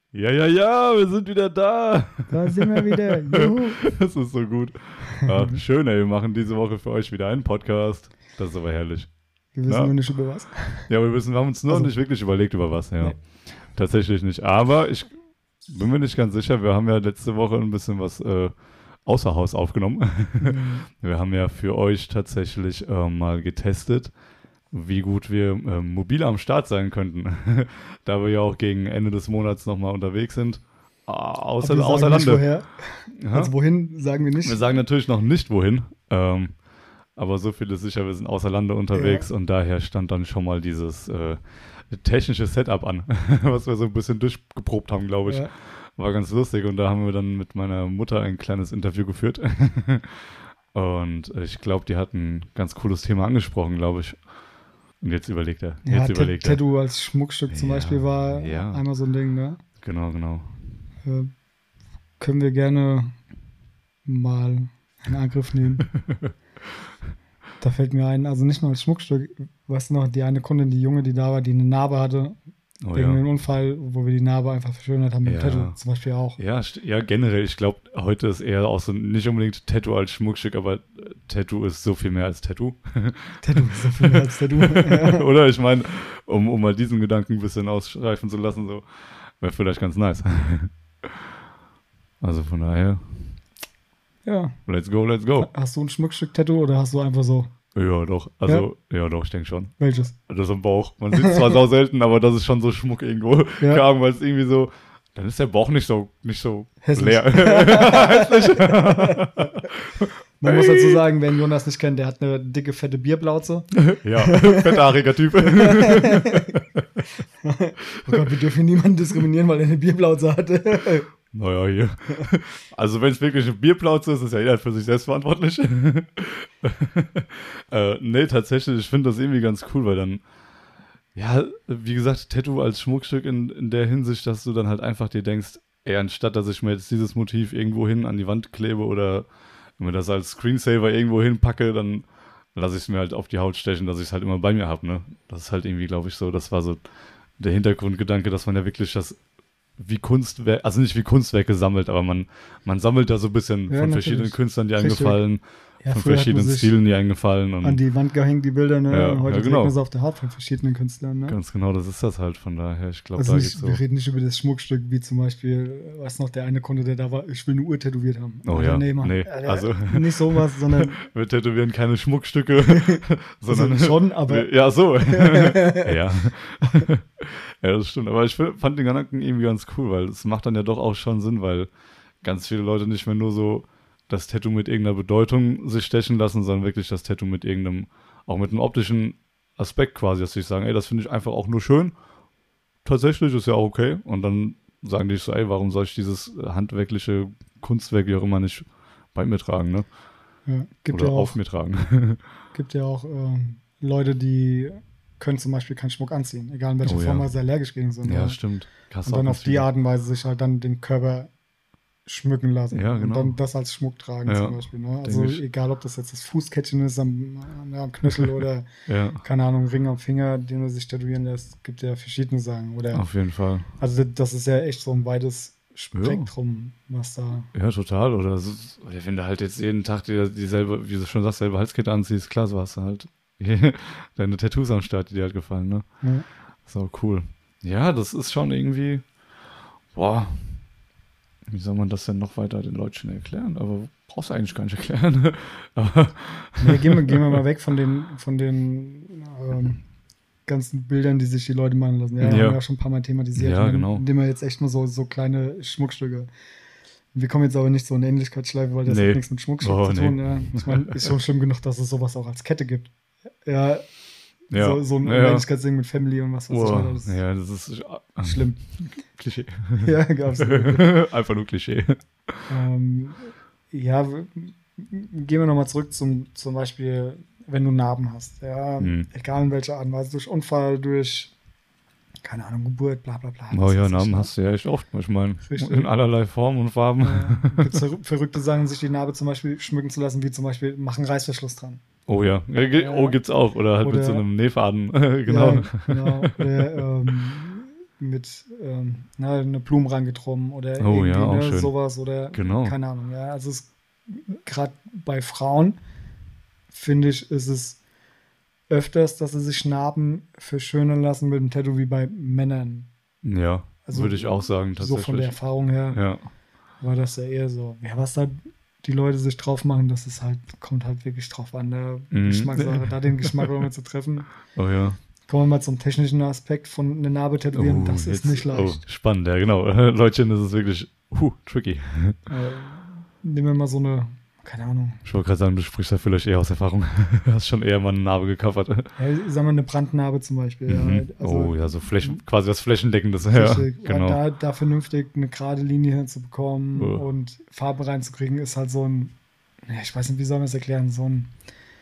Ja, wir sind wieder da. Da sind wir wieder. Juhu. Das ist so gut. Ja, schön, ey, wir machen diese Woche für euch wieder einen Podcast. Das ist aber herrlich. Wir wissen nur nicht über was. Ja, wir haben uns nur nicht wirklich überlegt, über was. Ja. Nee. Tatsächlich nicht. Aber ich bin mir nicht ganz sicher, wir haben ja letzte Woche ein bisschen was außer Haus aufgenommen. Wir haben ja für euch tatsächlich mal getestet, wie gut wir mobil am Start sein könnten. Da wir ja auch gegen Ende des Monats nochmal unterwegs sind. Außer Nicht Lande. woher. Ja? Also wohin, sagen wir nicht. Wir sagen natürlich noch nicht wohin. Aber so viel ist sicher, wir sind außer Lande unterwegs und daher stand dann schon mal dieses technische Setup an, was wir so ein bisschen durchgeprobt haben, glaube ich. Ja. War ganz lustig und da haben wir dann mit meiner Mutter ein kleines Interview geführt. Und ich glaube, die hat ein ganz cooles Thema angesprochen, glaube ich. Und jetzt überlegt er. Ja, Jetzt überlegt er. Tattoo als Schmuckstück zum Beispiel war einmal so ein Ding, ne? Genau. Können wir gerne mal in Angriff nehmen. Da fällt mir ein, also nicht nur als Schmuckstück, weißt du noch, die eine Kundin, die Junge, die da war, die eine Narbe hatte, wegen dem Unfall, wo wir die Narbe einfach verschönert haben mit dem Tattoo zum Beispiel auch. Ja, generell, ich glaube, heute ist eher auch so nicht unbedingt Tattoo als Schmuckstück, aber Tattoo ist so viel mehr als Tattoo. Tattoo ist so viel mehr als Tattoo. Ja. Oder? Ich meine, um mal diesen Gedanken ein bisschen ausschreifen zu lassen, so wäre vielleicht ganz nice. Also von daher. Ja. Let's go. Hast du ein Schmuckstück-Tattoo oder hast du einfach so? Ja, doch. Also, ja doch, ich denke schon. Welches? Das am Bauch. Man sieht es zwar sau selten, aber das ist schon so Schmuck irgendwo. Ja. Keine Ahnung, weil es irgendwie so, dann ist der Bauch nicht so Hässlich. leer. Hässlich. Man muss dazu sagen, wer Jonas nicht kennt, der hat eine dicke, fette Bierplauze. Ja, fetthaariger Typ. Oh Gott, wir dürfen niemanden diskriminieren, weil er eine Bierplauze hatte. Naja, hier. Also wenn es wirklich eine Bierplauze ist, ist ja jeder für sich selbst verantwortlich. Nee, tatsächlich, ich finde das irgendwie ganz cool, weil dann, ja, wie gesagt, Tattoo als Schmuckstück in der Hinsicht, dass du dann halt einfach dir denkst, ey, anstatt dass ich mir jetzt dieses Motiv irgendwo hin an die Wand klebe oder mir das als Screensaver irgendwo hinpacke, dann lasse ich es mir halt auf die Haut stechen, dass ich es halt immer bei mir habe, ne? Das ist halt irgendwie, glaube ich, so, das war so der Hintergrundgedanke, dass man ja wirklich das wie Kunstwerke, also nicht wie Kunstwerke sammelt, aber man sammelt da so ein bisschen von verschiedenen Künstlern, die einem gefallen, von verschiedenen Stilen, die einem gefallen. Und an die Wand gehängt, die Bilder, ne? Ja, und heute genau. sieht man es auf der Haut von verschiedenen Künstlern, ne? Ganz genau, das ist das halt, von daher, ich glaube, Also da nicht, geht's so. wir reden nicht über das Schmuckstück, wie zum Beispiel, weißt du noch, der eine Kunde, der da war, ich will eine Uhr tätowiert haben. Oh ja, nee, Mann. nee, also nicht sowas, sondern wir tätowieren keine Schmuckstücke, sondern also schon, aber ja, so. Ja. Ja, das stimmt. Aber ich fand den Gedanken irgendwie ganz cool, weil es macht dann ja doch auch schon Sinn, weil ganz viele Leute nicht mehr nur so das Tattoo mit irgendeiner Bedeutung sich stechen lassen, sondern wirklich das Tattoo mit irgendeinem, auch mit einem optischen Aspekt quasi, dass sie sagen, ey, das finde ich einfach auch nur schön. Tatsächlich ist ja auch okay. Und dann sagen die so, ey, warum soll ich dieses handwerkliche Kunstwerk wie auch immer nicht bei mir tragen, ne? ja, Oder auf mir tragen. gibt ja auch Leute, die können zum Beispiel keinen Schmuck anziehen, egal in welcher Form, weil sie allergisch gegen sind. Ja, oder? stimmt. Und dann auf die Art und Weise sich halt dann den Körper schmücken lassen. Ja, genau. Und dann das als Schmuck tragen zum Beispiel. Ne? Also egal, ob das jetzt das Fußkettchen ist am Knöchel oder, keine Ahnung, Ring am Finger, den man sich tätowieren lässt, gibt ja verschiedene Sachen. Oder, auf jeden Fall. Also das ist ja echt so ein weites Spektrum, was da... Ja, total. Oder wenn du halt jetzt jeden Tag dieselbe, wie du schon sagst, selbe Halskette anziehst, klar, so hast du halt deine Tattoos am Start, die dir halt gefallen, ne? Ja. Das ist auch cool. Ja, das ist schon irgendwie, boah, wie soll man das denn noch weiter den Leuten erklären? Aber brauchst du eigentlich gar nicht erklären. Nee, gehen wir mal weg von den ganzen Bildern, die sich die Leute machen lassen. Ja, haben wir ja schon ein paar Mal thematisiert. Ja, genau. Indem wir jetzt echt nur so kleine Schmuckstücke. Wir kommen jetzt aber nicht so in Ähnlichkeitsschleife, weil das hat nichts mit Schmuckstück zu tun. Ja. Ich meine, ist schon schlimm genug, dass es sowas auch als Kette gibt. Ja. So ein Ähnlichkeitsding mit Family und was weiß ich. Das ist schlimm. Klischee. Ja, absolut. Einfach nur Klischee. Ja, gehen wir nochmal zurück zum Beispiel, wenn du Narben hast. Ja, egal in welcher Art und Weise, durch Unfall, durch, keine Ahnung, Geburt, bla bla bla. Oh ja, Narben hast du ja echt oft. Ich meine, in allerlei Formen und Farben. Gibt es verrückte Sachen, sich die Narbe zum Beispiel schmücken zu lassen, wie zum Beispiel, machen Reißverschluss dran. Oh ja, gibt's auch. Oder halt mit so einem Nähfaden. Genau. Ja, genau. Oder eine Blume rangetroffen oder Oh, ja, auch ne, schön. sowas oder Genau. keine Ahnung. Ja, also gerade bei Frauen finde ich, ist es öfters, dass sie sich Narben verschönern lassen mit dem Tattoo wie bei Männern. Ja, Also würde ich auch sagen, so von der tatsächlich. Erfahrung her Ja. war das ja eher so. Ja, was da die Leute sich drauf machen, das ist halt, kommt halt wirklich drauf an, der Geschmackssache, da den Geschmack auch mal zu treffen. Oh ja. Kommen wir mal zum technischen Aspekt von einer Narbe tätowieren, das ist nicht leicht. Spannend, ja genau. Leutchen, das ist wirklich tricky. Nehmen wir mal so eine, keine Ahnung. Ich wollte gerade sagen, du sprichst da vielleicht eher aus Erfahrung. Du hast schon eher mal eine Narbe gecovert. Ja, sagen wir eine Brandnarbe zum Beispiel. Mhm. Ja, also ja, so quasi was Flächendeckendes. Ja, richtig. genau. Und da vernünftig eine gerade Linie hinzubekommen Oh. und Farbe reinzukriegen, ist halt so ein, ja, ich weiß nicht, wie soll man es erklären, so ein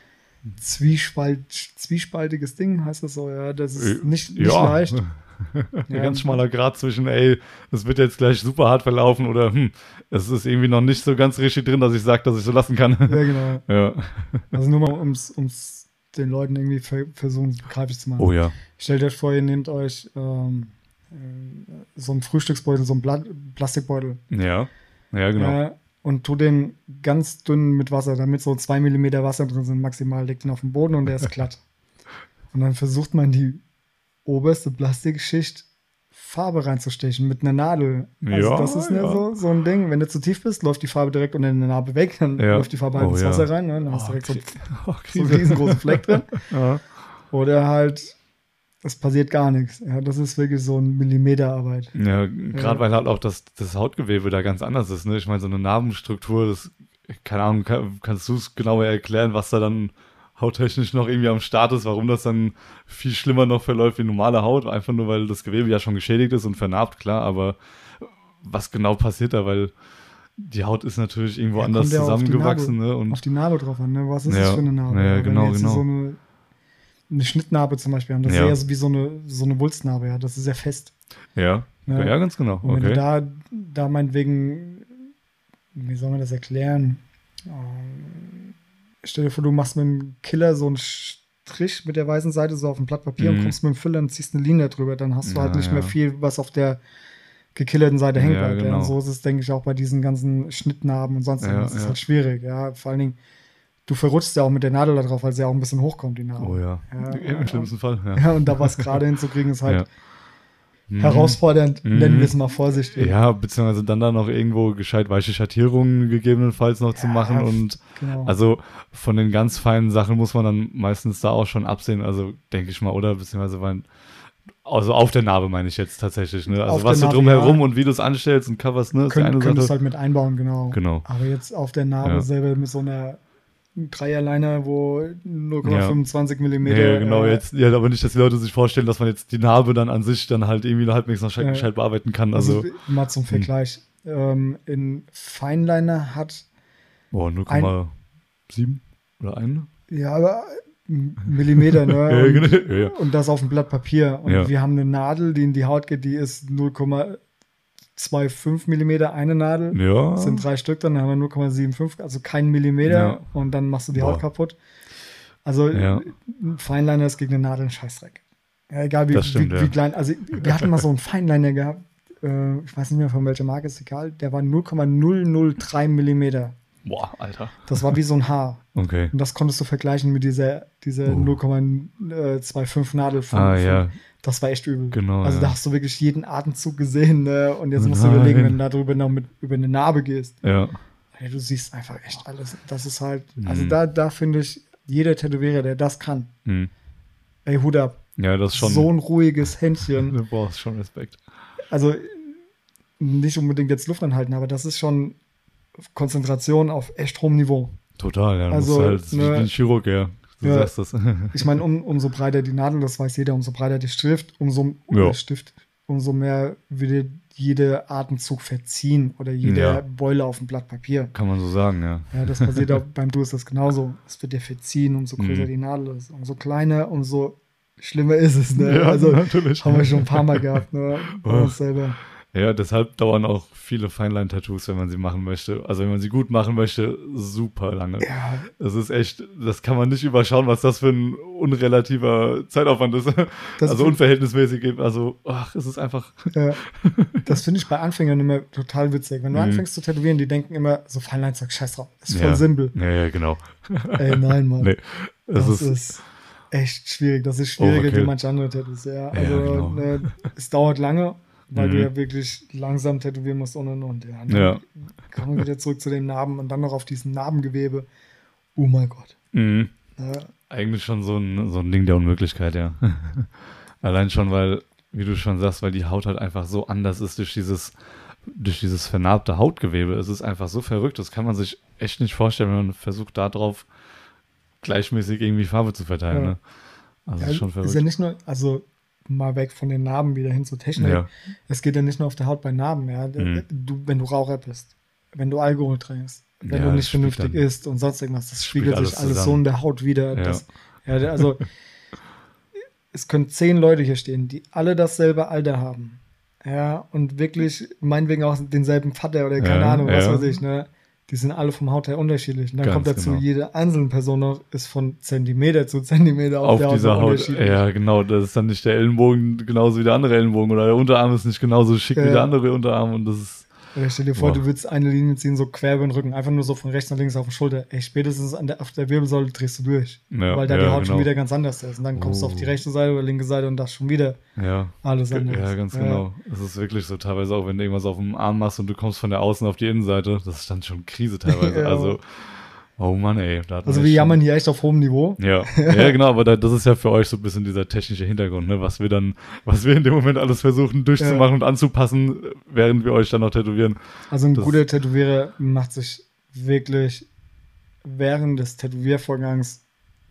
zwiespaltiges Ding, heißt das so, ja, das ist nicht leicht. Ein ganz schmaler Grad zwischen, es wird jetzt gleich super hart verlaufen oder es ist irgendwie noch nicht so ganz richtig drin, dass ich sage, dass ich so lassen kann. Ja, genau. Ja. Also nur mal, ums den Leuten irgendwie versuchen, begreiflich zu machen. Oh ja. Stellt euch vor, ihr nehmt euch so einen Frühstücksbeutel, so einen Plastikbeutel. Ja. Ja, genau. Und tut den ganz dünn mit Wasser, damit so 2 Millimeter Wasser drin sind, maximal, legt ihn auf den Boden und der ist glatt. Und dann versucht man die oberste Plastikschicht Farbe reinzustechen mit einer Nadel. Also das ist so ein Ding. Wenn du zu tief bist, läuft die Farbe direkt unter der Narbe weg, dann läuft die Farbe halt ins Wasser rein, ne? Dann hast du direkt so einen riesengroßen Fleck drin. Ja. Oder halt, es passiert gar nichts. Ja, das ist wirklich so ein Millimeterarbeit. Ja, gerade weil halt auch das Hautgewebe da ganz anders ist. Ne? Ich meine, so eine Narbenstruktur, keine Ahnung, kannst du es genauer erklären, was da dann hauttechnisch noch irgendwie am Start ist, warum das dann viel schlimmer noch verläuft wie normale Haut, einfach nur, weil das Gewebe ja schon geschädigt ist und vernarbt, klar, aber was genau passiert da, weil die Haut ist natürlich irgendwo anders zusammengewachsen. Auf die Narbe drauf an, ne? Was ist das für eine Narbe? Ja, genau. So eine Schnittnarbe zum Beispiel haben, das ist eher so wie so eine Wulstnarbe, ja, das ist sehr fest. Ja, ja, ganz genau. Und wenn du da meinetwegen, wie soll man das erklären? Stell dir vor, du machst mit dem Killer so einen Strich mit der weißen Seite so auf ein Blatt Papier und kommst mit dem Füller und ziehst eine Linie drüber, dann hast du halt nicht mehr viel, was auf der gekillerten Seite hängt. Halt, genau. Und so ist es, denke ich, auch bei diesen ganzen Schnittnarben und sonst was. Das ist halt schwierig, ja. Vor allen Dingen, du verrutschst ja auch mit der Nadel da drauf, weil sie ja auch ein bisschen hochkommt, die Narbe. Oh ja, im schlimmsten Fall. Ja, und da was gerade hinzukriegen, ist halt herausfordernd, nennen wir es mal vorsichtig. Ja, beziehungsweise dann da noch irgendwo gescheit weiche Schattierungen gegebenenfalls noch zu machen und also von den ganz feinen Sachen muss man dann meistens da auch schon absehen, also denke ich mal, oder beziehungsweise also auf der Narbe meine ich jetzt tatsächlich, ne? Also was du drumherum und wie du es anstellst und coverst, ne? Könntest du halt mit einbauen, genau. Genau. Aber jetzt auf der Narbe selber mit so einer Dreierliner, wo 0,25 Millimeter. Ja, genau, jetzt, aber nicht, dass die Leute sich vorstellen, dass man jetzt die Narbe dann an sich dann halt irgendwie halbwegs noch gescheit bearbeiten kann. Also mal zum Vergleich. In Fineliner hat 0,7 oder 1? Ja, aber Millimeter, ne? Ja. Und das auf dem Blatt Papier. Und wir haben eine Nadel, die in die Haut geht, die ist 0,25 Millimeter, eine Nadel. Ja. Das sind 3 Stück, dann haben wir 0,75, also kein Millimeter. Ja. Und dann machst du die Haut kaputt. Also ein Fineliner ist gegen eine Nadel ein Scheißdreck. Ja, egal wie klein. Also wir hatten mal so einen Fineliner gehabt, ich weiß nicht mehr von welcher Marke, ist egal, der war 0,003 Millimeter. Boah, Alter. Das war wie so ein Haar. Okay. Und das konntest du vergleichen mit dieser 0,25 Nadel von. Das war echt übel. Genau. Also da hast du wirklich jeden Atemzug gesehen, ne? Und jetzt musst du überlegen, wenn du darüber noch über eine Narbe gehst. Ja. Du siehst einfach echt alles. Das ist halt, also da finde ich, jeder Tätowierer, der das kann, ey, Hut ab. Ja, das schon. So ein ruhiges Händchen. Du brauchst schon Respekt. Also nicht unbedingt jetzt Luft anhalten, aber das ist schon Konzentration auf echt hohem Niveau. Total, ja. Also, halt wie ein Chirurg, ja. Du sagst das. Ich meine, umso breiter die Nadel, das weiß jeder, umso breiter die Stift, umso mehr würde jeder Atemzug verziehen oder jeder Beule auf dem Blatt Papier. Kann man so sagen, ja. Ja, das passiert auch beim Du ist das genauso. Es wird dir verziehen, umso größer die Nadel ist. Umso kleiner, umso schlimmer ist es. Ne? Ja, also natürlich. haben wir schon ein paar Mal gehabt, ne? Bei uns selber. Ja, deshalb dauern auch viele Feinline-Tattoos, wenn man sie machen möchte. Also wenn man sie gut machen möchte, super lange. Ja, Das ist echt, das kann man nicht überschauen, was das für ein unrelativer Zeitaufwand ist. das Also find- unverhältnismäßig. Also, es ist einfach. ja, das finde ich bei Anfängern immer total witzig. Wenn du Mhm. anfängst zu tätowieren, die denken immer, so Feinleinzeug, scheiß drauf, ist voll Ja. simpel. Ja, genau. Ey, nein, Mann. Nee, Das ist echt schwierig. Das ist schwieriger Overkill. wie manche andere Tattoos. Ja, also genau. es dauert lange, weil Mhm. du ja wirklich langsam tätowieren musst und. Ja, dann Ja. kommen wir wieder zurück zu den Narben und dann noch auf diesen Narbengewebe. Oh mein Gott. Mhm. Ja, Eigentlich schon so ein Ding der Unmöglichkeit, ja. Allein schon, weil, wie du schon sagst, weil die Haut halt einfach so anders ist durch dieses vernarbte Hautgewebe. Es ist einfach so verrückt, das kann man sich echt nicht vorstellen, wenn man versucht, darauf gleichmäßig irgendwie Farbe zu verteilen. Ja. Ne? Also ja, ist schon ist ja verrückt. nicht nur, also mal weg von den Narben wieder hin zur Technik. Ja. Es geht ja nicht nur auf der Haut bei Narben. Ja. Mhm. Wenn du Raucher bist, wenn du Alkohol trinkst, wenn Ja, du das nicht spielt vernünftig dann- isst und sonst irgendwas, das spielt spiegelt alles sich alles so zusammen. in der Haut wieder. Ja. Also es können 10 Leute hier stehen, die alle dasselbe Alter haben. Ja, und wirklich meinetwegen auch denselben Vater oder keine Ja, Ahnung, was ja. weiß ich, ne? Die sind alle vom Haut her unterschiedlich. Und dann Ganz kommt dazu, genau. jede einzelne Person noch ist von Zentimeter zu Zentimeter auf Auf der dieser Haut Haut, unterschiedlich. ja genau, das ist dann nicht der Ellenbogen genauso wie der andere Ellenbogen oder der Unterarm ist nicht genauso schick wie Ja. der andere Unterarm und das ist, Oder stell dir vor, Boah. du würdest eine Linie ziehen, so quer über den Rücken, einfach nur so von rechts nach links auf die Schulter. Ey, spätestens auf der Wirbelsäule drehst du durch. Ja, weil da die ja, Haut schon genau. wieder ganz anders ist. Und dann kommst du auf die Oh. rechte Seite oder linke Seite und das schon wieder ja. alles anders. Ja, ganz genau. Es ist wirklich so teilweise auch, wenn du irgendwas auf dem Arm machst und du kommst von der Außen auf die Innenseite, das ist dann schon Krise teilweise. Ja. Also, oh Mann, ey. Da hat man Also echt wir schon- jammern hier echt auf hohem Niveau. Ja, ja genau, aber das ist ja für euch so ein bisschen dieser technische Hintergrund, ne? Was wir in dem Moment alles versuchen durchzumachen und anzupassen, während wir euch dann noch tätowieren. Also ein Das- guter Tätowierer macht sich wirklich während des Tätowiervorgangs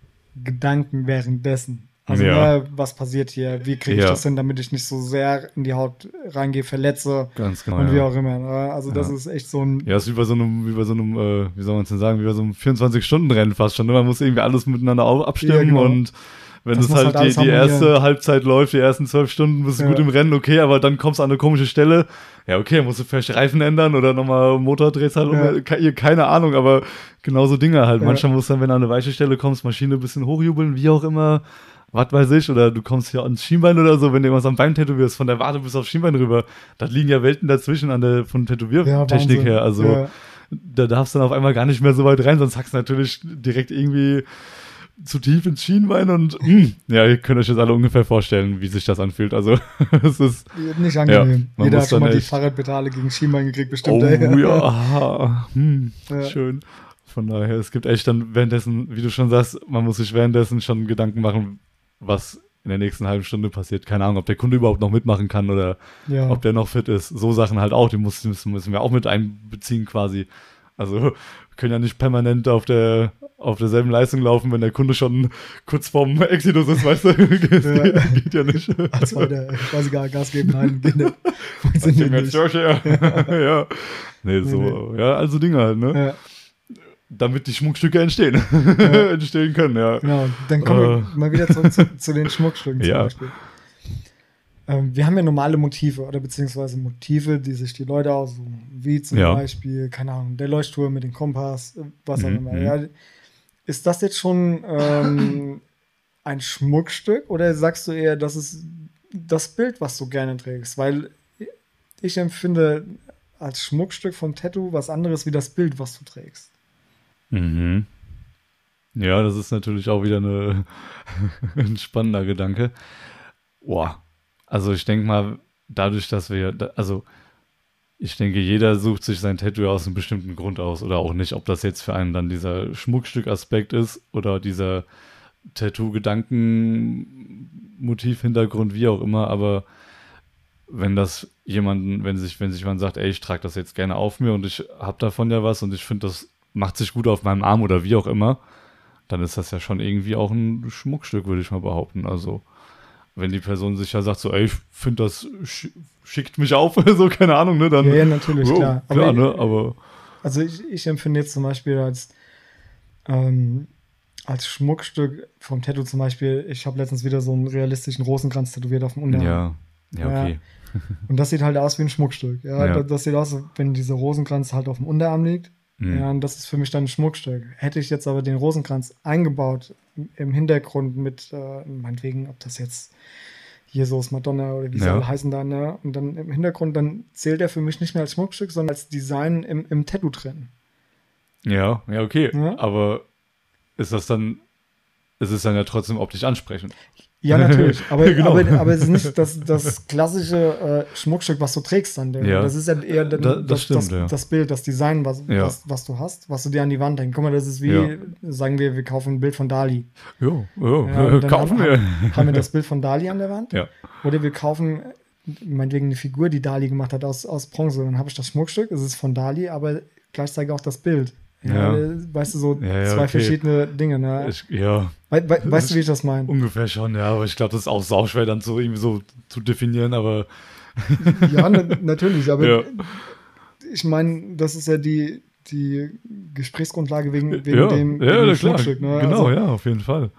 Gedanken währenddessen. Also Ja. was passiert hier, wie kriege ich Ja. das hin, damit ich nicht so sehr in die Haut reingehe, verletze Ganz genau. und wie ja. auch immer. Ne? Also das Ja. ist echt so ein... Ja, es ist wie bei so einem, wie soll man es denn sagen, wie bei so einem 24-Stunden-Rennen fast schon. Ne? Man muss irgendwie alles miteinander abstimmen Ja, genau. und wenn Das es muss halt halt alles die erste harmonieren. Halbzeit läuft, die ersten 12 Stunden, bist du Ja. gut im Rennen, okay, aber dann kommst du an eine komische Stelle. Ja, okay, musst du vielleicht Reifen ändern oder nochmal Motordrehzahl, keine Ahnung, aber genauso Dinge halt. Ja. Manchmal musst du dann, wenn du an eine weiche Stelle kommst, Maschine ein bisschen hochjubeln, wie auch immer. Was weiß ich, oder du kommst hier ans Schienbein oder so, wenn du irgendwas am Bein tätowierst, von der Wade bis aufs Schienbein rüber. Da liegen ja Welten dazwischen von Tätowiertechnik Wahnsinn. her. Also Ja. da darfst du dann auf einmal gar nicht mehr so weit rein, sonst hackst du natürlich direkt irgendwie zu tief ins Schienbein und ja, ihr könnt euch jetzt alle ungefähr vorstellen, wie sich das anfühlt. Also es ist, Nicht angenehm. man Jeder muss hat schon dann mal die echt- Fahrradpedale gegen Schienbein gekriegt, bestimmt. oh ey. ja, aha, Ja. schön. Von daher, es gibt echt dann währenddessen, wie du schon sagst, man muss sich währenddessen schon Gedanken machen, was in der nächsten halben Stunde passiert. Keine Ahnung, ob der Kunde überhaupt noch mitmachen kann oder Ja. ob der noch fit ist. So Sachen halt auch, die müssen wir auch mit einbeziehen quasi. Also wir können ja nicht permanent auf derselben Leistung laufen, wenn der Kunde schon kurz vorm Exodus ist, weißt du? Geht ja nicht. Als weiter quasi gar Gas geben, nein, geht nicht. Funktioniert nicht. Ja. Nee, so, ja, also Dinge halt, ne? Ja, Damit die Schmuckstücke entstehen. Entstehen können, ja. genau. Dann kommen wir mal wieder zurück zu den Schmuckstücken zum Ja. Beispiel. Wir haben ja normale Motive oder beziehungsweise Motive, die sich die Leute aussuchen. Wie zum Ja. Beispiel, keine Ahnung, der Leuchtturm mit dem Kompass, was auch Mhm, immer. mhm. Ja, ist das jetzt schon ein Schmuckstück oder sagst du eher, das ist das Bild, was du gerne trägst? Weil ich empfinde als Schmuckstück vom Tattoo was anderes wie das Bild, was du trägst. Mhm. Ja, das ist natürlich auch wieder ein spannender Gedanke. Boah. Also ich denke mal, dadurch, dass ich denke, jeder sucht sich sein Tattoo aus einem bestimmten Grund aus oder auch nicht, ob das jetzt für einen dann dieser Schmuckstück-Aspekt ist oder dieser Tattoo-Gedanken-Motiv-Hintergrund, wie auch immer, aber wenn sich jemand sagt, ey, ich trage das jetzt gerne auf mir und ich habe davon ja was und ich finde, das macht sich gut auf meinem Arm oder wie auch immer, dann ist das ja schon irgendwie auch ein Schmuckstück, würde ich mal behaupten. Also wenn die Person sich ja sagt, so, ey, ich finde, das schickt mich auf, so, keine Ahnung, ne, dann, Ja, natürlich, klar. klar, Aber- ne, aber, Also ich empfinde jetzt zum Beispiel als Schmuckstück vom Tattoo zum Beispiel, ich habe letztens wieder so einen realistischen Rosenkranz tätowiert auf dem Unterarm. ja, Ja, okay. Und das sieht halt aus wie ein Schmuckstück. Ja, Ja. Das sieht aus, wenn dieser Rosenkranz halt auf dem Unterarm liegt. Mhm. Ja, und das ist für mich dann ein Schmuckstück. Hätte ich jetzt aber den Rosenkranz eingebaut im Hintergrund mit, meinetwegen, ob das jetzt Jesus, Madonna oder wie sie Ja. alle heißen da, ne? Und dann im Hintergrund, dann zählt er für mich nicht mehr als Schmuckstück, sondern als Design im Tattoo drin. Ja, okay. Ja. Aber ist es ist dann ja trotzdem optisch ansprechend. Ja, natürlich. Aber, Genau. aber es ist nicht das klassische Schmuckstück, was du trägst dann. Ja. Das ist ja eher Das stimmt, ja. das Bild, das Design, was du hast, was du dir an die Wand hängst. Guck mal, das ist wie, sagen wir kaufen ein Bild von Dali. Jo, Ja, dann kaufen wir. Haben wir das Bild von Dali an der Wand. Ja. Oder wir kaufen, meinetwegen, eine Figur, die Dali gemacht hat aus Bronze. Dann habe ich das Schmuckstück, es ist von Dali, aber gleichzeitig auch das Bild. Ja. Weißt du, so zwei okay. verschiedene Dinge. Ne? Weißt du, wie ich das meine? Ungefähr schon, ja, aber ich glaube, das ist auch sauschwer dann so irgendwie so zu definieren, aber Ja, natürlich, aber ja. ich meine, das ist ja die Gesprächsgrundlage wegen Ja, dem klar. Schmuckstück. Ne? Genau, Also, ja, auf jeden Fall.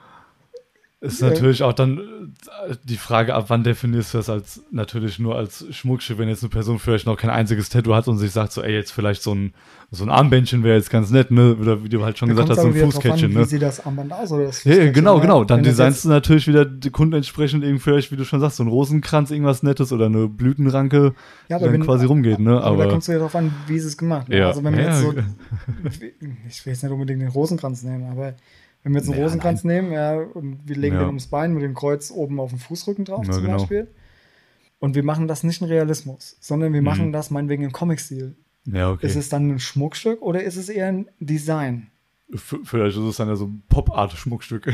Ist natürlich auch dann die Frage, ab wann definierst du das als natürlich nur als Schmuckstück, wenn jetzt eine Person vielleicht noch kein einziges Tattoo hat und sich sagt so, ey, jetzt vielleicht so ein Armbändchen wäre jetzt ganz nett, ne? Oder wie du halt schon da gesagt hast, so ein kommt's aber wieder drauf Fußkettchen, an, ne? Wie sieht das Armband aus? Oder das Ja, Fußkettchen, genau. Dann Wenn das designst jetzt- du natürlich wieder die Kunden entsprechend irgendwie vielleicht, wie du schon sagst, so ein Rosenkranz, irgendwas Nettes oder eine Blütenranke, Ja, die dann quasi rumgeht, ne? Aber da kommst du ja drauf an, wie ist es gemacht. Ne? Ja. Also wenn wir Ja, jetzt so, ja. ich will jetzt nicht unbedingt den Rosenkranz nehmen, aber wenn wir jetzt einen Ja, Rosenkranz nehmen, und wir legen Ja. den ums Bein mit dem Kreuz oben auf dem Fußrücken drauf Ja, zum genau. Beispiel. Und wir machen das nicht in Realismus, sondern wir Mhm. machen das meinetwegen im Comic-Stil. Ja, okay. Ist es dann ein Schmuckstück oder ist es eher ein Design? Vielleicht ist es dann ja so ein Pop-Art-Schmuckstück.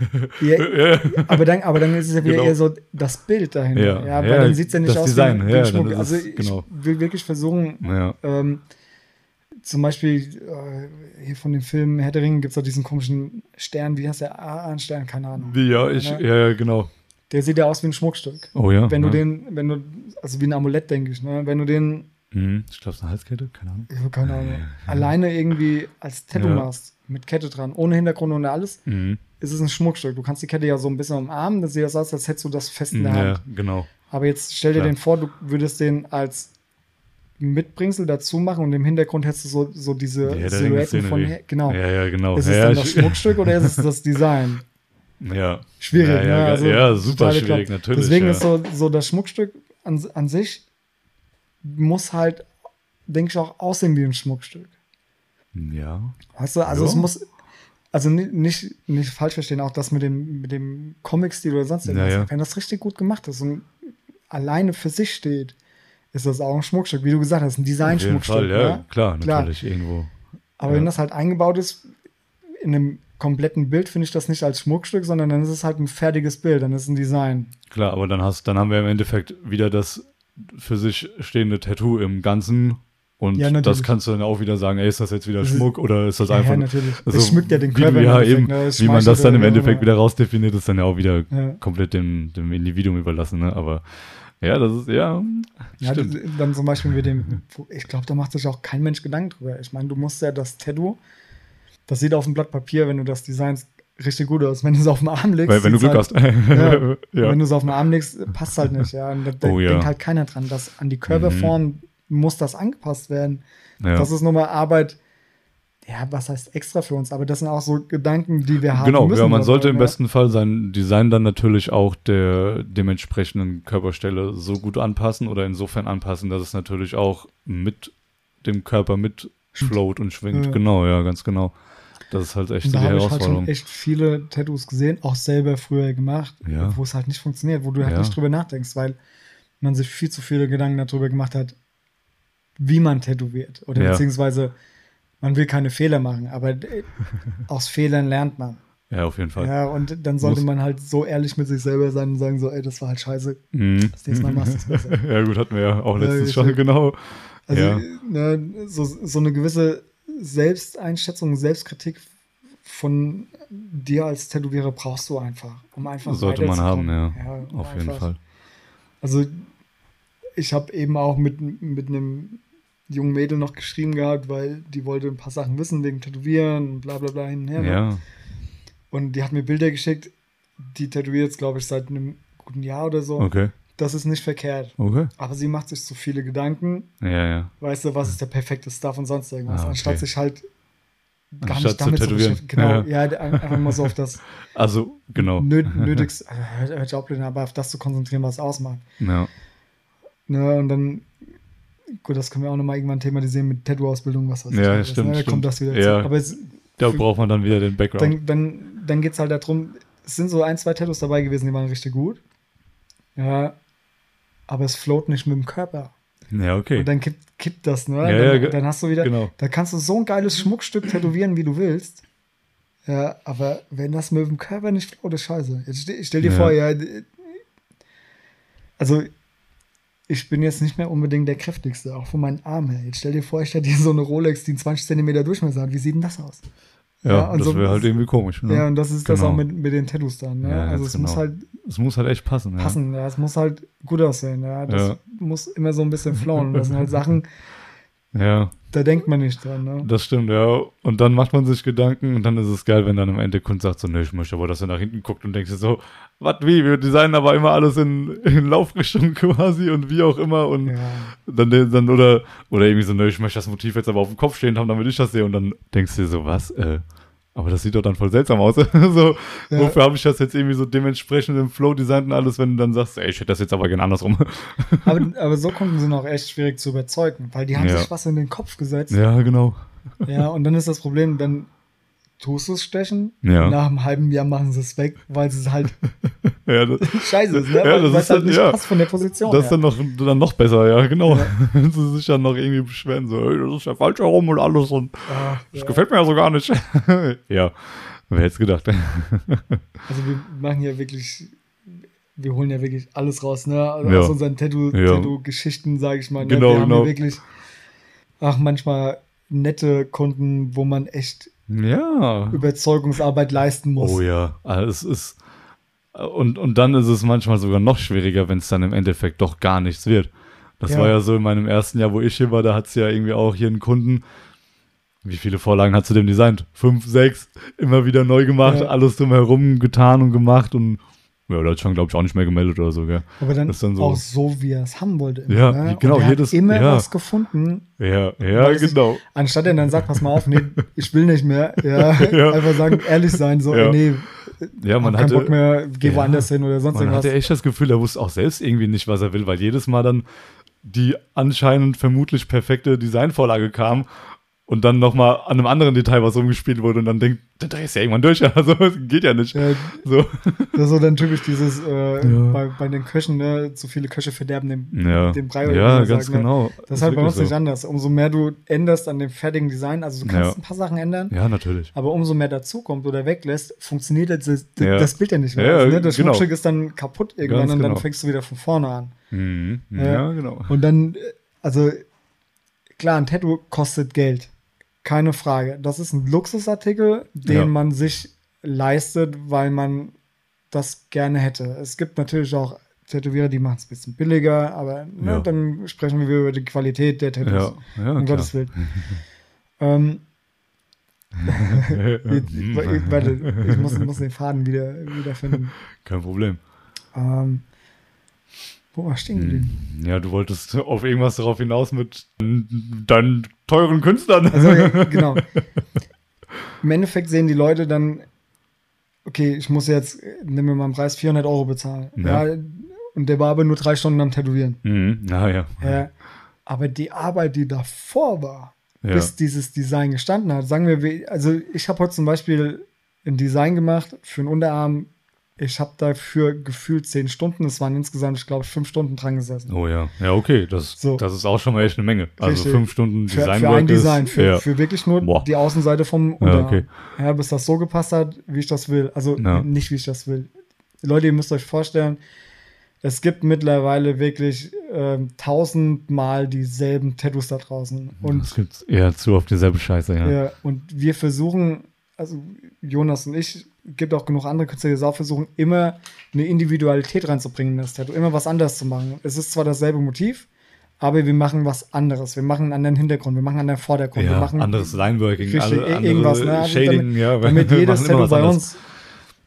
Ja, aber dann ist es ja wieder Genau. eher so das Bild dahinter. Ja. Weil Ja, dann sieht es ja nicht das aus Design, wie ja, ein dann Schmuck. ist Also es- ich genau. will wirklich versuchen, Ja. zum Beispiel hier von dem Film Herr der Ringe gibt es doch diesen komischen Stern, wie heißt der? Stern, keine Ahnung. Ja, genau. Der sieht ja aus wie ein Schmuckstück. Oh ja. Wenn du ja. also wie ein Amulett, denke ich, ne? Wenn du den, Ich glaube, es ist eine Halskette, keine Ahnung. keine Ahnung, alleine irgendwie als Tattoo Ja. machst, mit Kette dran, ohne Hintergrund und alles, ist es ein Schmuckstück. Du kannst die Kette ja so ein bisschen umarmen, dann sieht das aus, als hättest du das fest in der Hand. Ja, genau. Aber jetzt stell dir Klar. den vor, du würdest den als Mitbringsel dazu machen und im Hintergrund hättest du so diese Die Herr der Silhouetten Ringe-Szene, von, wie- genau. Ja, genau. Ist es ja, dann das Schmuckstück oder ist es das Design? Ja. Schwierig, ja, ne? ja, Also, ja, super total schwierig, bekloppt. natürlich. Deswegen ja. ist so das Schmuckstück an sich muss halt, denke ich, auch aussehen wie ein Schmuckstück. Ja. Weißt du, also Ja. es muss, also nicht falsch verstehen, auch das mit dem Comic-Stil oder sonst irgendwas. Ja. Wenn das richtig gut gemacht ist und alleine für sich steht, ist das auch ein Schmuckstück. Wie du gesagt hast, ein Auf jeden Design-Schmuckstück. Fall, ja, Ne? klar, Klar. natürlich irgendwo. Aber Ja. wenn das halt eingebaut ist, in einem kompletten Bild, finde ich das nicht als Schmuckstück, sondern dann ist es halt ein fertiges Bild, dann ist es ein Design. Klar, aber dann haben wir im Endeffekt wieder das für sich stehende Tattoo im Ganzen. Und Ja, natürlich. das kannst du dann auch wieder sagen, ey, ist das jetzt wieder Das ist- Schmuck oder ist das Ja, einfach. ja, natürlich. Also, Es schmückt ja den wie Körper du, im ja, Endeffekt, eben, ne? Es wie man das schmeichelt dann im ja, Endeffekt ja. wieder rausdefiniert, ist dann ja auch wieder Ja. komplett dem Individuum überlassen, ne? Aber ja, das ist, ja, Ja, stimmt. dann zum Beispiel mit dem, ich glaube, da macht sich auch kein Mensch Gedanken drüber. Ich meine, du musst ja das Tattoo, das sieht auf dem Blatt Papier, wenn du das designst, richtig gut aus. Wenn du es auf dem Arm legst, Weil, wenn du sieht's Glück halt, hast. Ja. Ja. Wenn du es auf dem Arm legst, passt halt nicht. Ja. Und da Oh, ja. denkt halt keiner dran, dass an die Körperform muss das angepasst werden. Ja. Das ist nochmal Arbeit, ja, was heißt extra für uns? Aber das sind auch so Gedanken, die wir haben Genau, müssen. ja, man dabei, sollte im ne? besten Fall sein Design dann natürlich auch der dementsprechenden Körperstelle so gut anpassen oder insofern anpassen, dass es natürlich auch mit dem Körper mit float und schwingt. Ja. Genau, ja, ganz genau. Das ist halt echt Und so da die habe ich halt Herausforderung. schon echt viele Tattoos gesehen, auch selber früher gemacht, Ja. wo es halt nicht funktioniert, wo du halt Ja. nicht drüber nachdenkst, weil man sich viel zu viele Gedanken darüber gemacht hat, wie man tätowiert. Oder Ja. beziehungsweise man will keine Fehler machen, aber aus Fehlern lernt man. Ja, auf jeden Fall. Ja, und dann sollte Muss- man halt so ehrlich mit sich selber sein und sagen so, ey, das war halt scheiße. Mhm. Das nächste Mal machst du es besser. Ja, gut, hatten wir ja auch Ja, letztens ich- schon, genau. Also Ja. so eine gewisse Selbsteinschätzung, Selbstkritik von dir als Tätowierer brauchst du einfach, um einfach Sollte man haben, weiterzukommen. ja. um Auf jeden einfach- Fall. Also ich habe eben auch mit einem jungen Mädel noch geschrieben gehabt, weil die wollte ein paar Sachen wissen wegen Tätowieren und bla bla bla hin und her. ne? Ja, Und die hat mir Bilder geschickt, die tätowiert jetzt, glaube ich, seit einem guten Jahr oder so. okay. das ist nicht verkehrt. Okay. Aber sie macht sich zu viele Gedanken. Ja. Weißt du, was ist der perfekte Stuff und sonst irgendwas. Okay. Anstatt sich halt gar Anstatt nicht damit zu tätowieren. beschäftigen. Genau, ja, einfach mal so auf das Also, genau. Nötigste, hört ja auch blöd, aber auf das zu konzentrieren, was es ausmacht. Ja. Ne, und dann, gut, das können wir auch nochmal irgendwann thematisieren mit Tattoo-Ausbildung, was weiß ich. Ja, was, stimmt, ne, da stimmt. kommt das wieder Ja. zu. Aber es, Da braucht man dann wieder den Background. dann geht es halt darum, es sind so 1, 2 Tattoos dabei gewesen, die waren richtig gut. Ja, aber es float nicht mit dem Körper. Ja, okay. Und dann kippt das, ne? Ja, dann hast du wieder, genau. da kannst du so ein geiles Schmuckstück tätowieren, wie du willst. Ja, aber wenn das mit dem Körper nicht float, ist scheiße. Jetzt stell dir vor, ja, also ich bin jetzt nicht mehr unbedingt der kräftigste, auch von meinen Armen her. Jetzt stell dir vor, ich hätte hier so eine Rolex, die 20 cm Durchmesser hat. Wie sieht denn das aus? Ja, und das wäre halt irgendwie komisch. Ne? Ja, und das ist das Genau. auch mit den Tattoos dann. Ne? Ja, also ganz es muss genau. halt Es muss halt echt passen. passen, ja. Es muss halt gut aussehen. Ja? Das Ja. muss immer so ein bisschen flowen. Und das sind halt Sachen, Ja, da denkt man nicht dran. Ne? das stimmt, ja. Und dann macht man sich Gedanken und dann ist es geil, wenn dann am Ende Kunde sagt so, ne, ich möchte aber, dass er nach hinten guckt und denkt sich so, was, wie, wir designen aber immer alles in Laufrichtung quasi und wie auch immer und Ja. dann oder irgendwie so, ne, ich möchte das Motiv jetzt aber auf dem Kopf stehen haben, damit ich das sehe und dann denkst du dir so, was, aber das sieht doch dann voll seltsam aus. So, Ja. wofür habe ich das jetzt irgendwie so dementsprechend im Flow designt und alles, wenn du dann sagst, ey, ich hätte das jetzt aber gerne andersrum. Aber so Kunden sind auch echt schwierig zu überzeugen, weil die haben Ja. sich was in den Kopf gesetzt. Ja, genau. Ja, und dann ist das Problem, dann tust du es stechen, Ja. nach einem halben Jahr machen sie es weg, weil es halt Ja, das, scheiße ist, ne? Ja, weil das es ist halt halt- nicht ja. passt von der Position das ist her. dann noch besser, ja, genau. Ja. Wenn sie sich dann noch irgendwie beschweren, so, ey, das ist ja falsch herum und alles und Ah, das ja. gefällt mir ja so gar nicht. Ja, wer hätte es gedacht. Also wir machen ja wirklich, wir holen ja wirklich alles raus, ne? Also Ja. aus unseren Ja. Tattoo-Geschichten, sage ich mal. Ne? Genau, wir haben genau. ja wirklich, manchmal nette Kunden, wo man echt Ja. Überzeugungsarbeit leisten muss. Oh ja, also es ist und dann ist es manchmal sogar noch schwieriger, wenn es dann im Endeffekt doch gar nichts wird. Das Ja. war ja so in meinem ersten Jahr, wo ich hier war, da hat es ja irgendwie auch hier einen Kunden. Wie viele Vorlagen hast du dem designt? 5, 6, immer wieder neu gemacht, Ja. alles drumherum getan und gemacht und ja, der hat schon, glaube ich, auch nicht mehr gemeldet oder so, gell? Aber dann, Das ist dann so- auch so, wie er es haben wollte. Ja, ne? genau, Und er jedes- hat immer ja. was gefunden. Ja, Weil es- genau. Anstatt er dann sagt, pass mal auf, nee, ich will nicht mehr. Ja, Ja. einfach sagen, ehrlich sein, so, Ja. nee, Ja, man hab keinen hatte, Bock mehr, geh Ja. woanders hin oder sonst man irgendwas. hatte echt das Gefühl, er wusste auch selbst irgendwie nicht, was er will, weil jedes Mal dann die anscheinend vermutlich perfekte Designvorlage kam und dann nochmal an einem anderen Detail was rumgespielt wurde und dann denkt, der drehst ja irgendwann durch, also geht ja nicht. Ja, So. das ist so dann typisch dieses, Ja. bei den Köchen, ne, zu viele Köche verderben Ja, den Brei. oder wie ja man ganz sagt, ne? genau. Das ist halt bei wirklich uns nicht so. anders. Umso mehr du änderst an dem fertigen Design, also du kannst Ja. ein paar Sachen ändern, Ja, natürlich. aber umso mehr dazukommt oder weglässt, funktioniert das Ja. Bild ja nicht mehr. Ja, Also, ne, das genau. Schmuckstück ist dann kaputt irgendwann Ganz und dann genau. fängst du wieder von vorne an. Mhm. Ja. Ja, genau. Und dann, also klar, ein Tattoo kostet Geld. Keine Frage. Das ist ein Luxusartikel, den Ja. man sich leistet, weil man das gerne hätte. Es gibt natürlich auch Tätowierer, die machen es ein bisschen billiger, aber ne, Ja. dann sprechen wir über die Qualität der Tattoos. Ja, ja, um klar. Gottes Willen. Warte, ich muss den Faden wieder finden. Kein Problem. Wo war stehen geblieben? Ja, du wolltest auf irgendwas darauf hinaus mit deinen teuren Künstlern. Also, ja, genau. Im Endeffekt sehen die Leute dann, okay, ich muss jetzt, nehmen wir mal einen Preis, 400 € bezahlen. Ja. Ja. Und der war aber nur 3 Stunden am Tätowieren. Mhm. Naja. Ja. Aber die Arbeit, die davor war, Ja. bis dieses Design gestanden hat, sagen wir, also ich habe heute zum Beispiel ein Design gemacht für einen Unterarm. Ich habe dafür gefühlt 10 Stunden. Es waren insgesamt, ich glaube, 5 Stunden dran gesessen. Oh ja. Ja, okay. Das So. ist auch schon mal echt eine Menge. Also Richtig. 5 Stunden Für Designwork ein Design, ist, für, ja. für wirklich nur Boah. die Außenseite vom Unterarm. okay. Ja, bis das so gepasst hat, wie ich das will. Also Ja. nicht, wie ich das will. Leute, ihr müsst euch vorstellen, es gibt mittlerweile wirklich 1000-mal dieselben Tattoos da draußen. Und, Es gibt eher zu auf dieselbe Scheiße, ja. ja, und wir versuchen, also Jonas und ich, gibt auch genug andere Künstler, die auch versuchen, immer eine Individualität reinzubringen in das Tattoo, immer was anderes zu machen. Es ist zwar dasselbe Motiv, aber wir machen was anderes. Wir machen einen anderen Hintergrund, wir machen einen anderen Vordergrund. Wir Ja, machen anderes Lineworking, richtig, andere irgendwas, ne? Also Shading, ja. damit wir jedes machen immer Tattoo was bei anderes. uns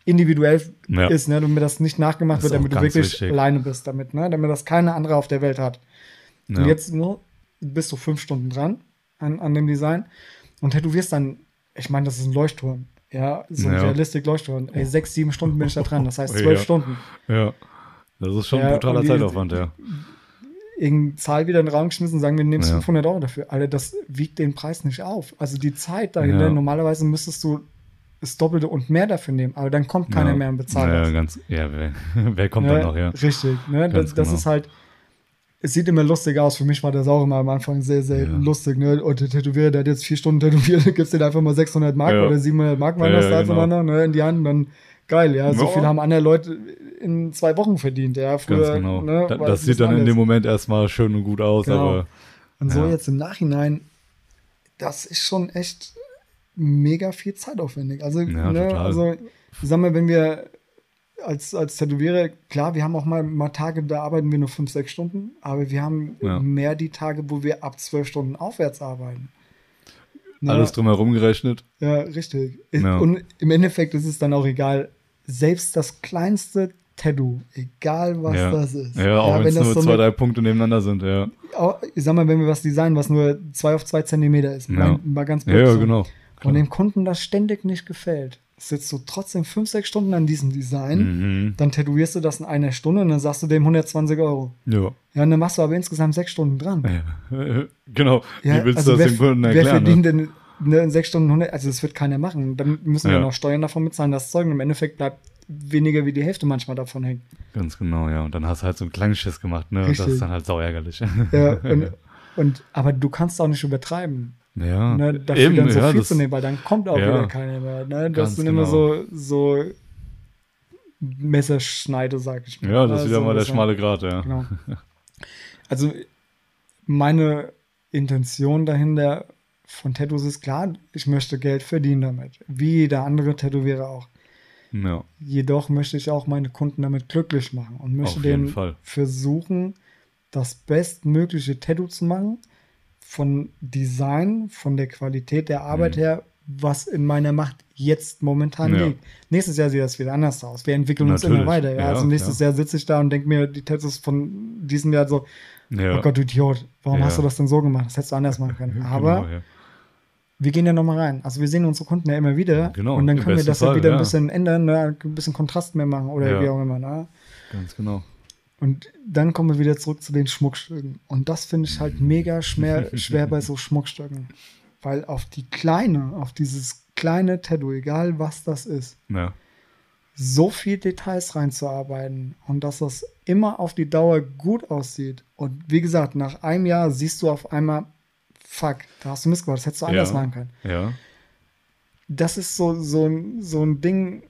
individuell ist, ne, damit das nicht nachgemacht wird, damit du wirklich wichtig. alleine bist damit, ne, damit das keine andere auf der Welt hat. Und jetzt bist du 5 Stunden dran an dem Design und tätowierst dann, ich meine, das ist ein Leuchtturm, ja, so ein Realistik-Leuchtturm. 6, 7 Stunden bin ich da dran, das heißt 12 Stunden. Ja, das ist schon ein brutaler Zeitaufwand, irgendeine Zahl wieder in den Raum geschmissen und sagen, wir nehmen 500 Euro dafür. Alter, das wiegt den Preis nicht auf. Also die Zeit dahinter, normalerweise müsstest du das Doppelte und mehr dafür nehmen, aber dann kommt keiner mehr und bezahlt das. Wer kommt dann noch, Richtig, ne? Das ist halt, es sieht immer lustig aus. Für mich war das auch immer am Anfang sehr, sehr lustig, ne? Und der Tätowierer, der hat jetzt 4 Stunden tätowiert, gibst dir einfach mal 600 Mark oder 700 Mark, waren das da voneinander, ne? In die Hand, dann geil, ja. So viel haben andere Leute in 2 Wochen verdient, ja. Früher, ganz genau. Ne, das sieht dann in dem Moment erstmal schön und gut aus, aber. Und so jetzt im Nachhinein, das ist schon echt mega viel zeitaufwendig. Also, also ich sag mal, wenn wir als Tätowierer, klar, wir haben auch mal Tage, da arbeiten wir nur 5, 6 Stunden, aber wir haben mehr die Tage, wo wir ab 12 Stunden aufwärts arbeiten. Alles drumherum gerechnet. Ja, richtig. Und im Endeffekt ist es dann auch egal, selbst das kleinste Tattoo, egal was das ist. Ja, auch wenn es nur 2, 3 Punkte nebeneinander sind, Ich sag mal, wenn wir was designen, was nur 2 auf 2 Zentimeter ist, mal ganz blöd. Ja, genau. Und dem Kunden das ständig nicht gefällt, sitzt du trotzdem 5, 6 Stunden an diesem Design, dann tätowierst du das in einer Stunde und dann sagst du dem 120 Euro. Ja, und dann machst du aber insgesamt 6 Stunden dran. Ja. Genau. Wie willst du das dem Kunden erklären? Wer verdient denn in 6 Stunden 100? Also das wird keiner machen. Dann müssen wir noch Steuern davon bezahlen, das Zeug. Und im Endeffekt bleibt weniger wie die Hälfte manchmal davon hängen. Ganz genau, ja. Und dann hast du halt so einen Klangschiss gemacht, ne? Und das ist dann halt sauärgerlich. Ja, aber du kannst auch nicht übertreiben. Ja, ne, dafür eben, dann so viel zu nehmen, weil dann kommt auch wieder keiner mehr. Ne? Das sind immer so Messerschneide, sag ich mal. Ja, das ist wieder mal der schmale Grat, Genau. Also meine Intention dahinter von Tattoos ist klar, ich möchte Geld verdienen damit. Wie jeder andere Tätowierer auch. Ja. Jedoch möchte ich auch meine Kunden damit glücklich machen und möchte denen versuchen, das bestmögliche Tattoo zu machen, von Design, von der Qualität der Arbeit her, was in meiner Macht jetzt momentan liegt. Nächstes Jahr sieht das wieder anders aus. Wir entwickeln uns immer weiter. Ja? Also nächstes Jahr sitze ich da und denke mir die Tattoos von diesem Jahr so, oh Gott, du Idiot, warum hast du das denn so gemacht? Das hättest du anders machen können. Aber wir gehen ja nochmal rein. Also wir sehen unsere Kunden ja immer wieder und dann können wir das ja wieder ein bisschen ändern, ne? Ein bisschen Kontrast mehr machen oder wie auch immer. Ne? Ganz genau. Und dann kommen wir wieder zurück zu den Schmuckstücken. Und das finde ich halt mega schwer bei so Schmuckstücken. Weil auf dieses kleine Tattoo, egal was das ist, so viel Details reinzuarbeiten und dass das immer auf die Dauer gut aussieht. Und wie gesagt, nach einem Jahr siehst du auf einmal, fuck, da hast du Mist gemacht, das hättest du anders machen können. Ja. Das ist so ein Ding.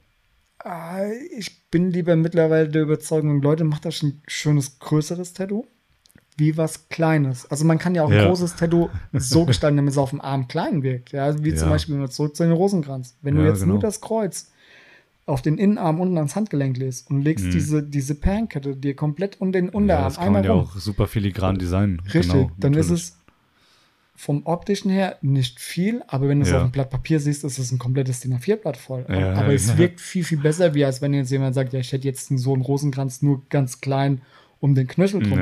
Ich bin lieber mittlerweile der Überzeugung, Leute, macht das ein schönes, größeres Tattoo, wie was Kleines. Also man kann ja auch ein großes Tattoo so gestalten, damit es auf dem Arm klein wirkt. Ja, wie zum Beispiel, wenn wir zurück zu den Rosenkranz. Wenn du jetzt nur das Kreuz auf den Innenarm unten ans Handgelenk legst und legst diese Perlenkette dir komplett um den Unterarm das kann man einmal ja auch super filigran designen. Richtig, genau, dann ist es vom optischen her nicht viel, aber wenn du es auf dem Blatt Papier siehst, ist es ein komplettes DIN A4-Blatt voll. Aber es wirkt viel, viel besser, wie als wenn jetzt jemand sagt, ja, ich hätte jetzt so einen Rosenkranz nur ganz klein um den Knöchel drum.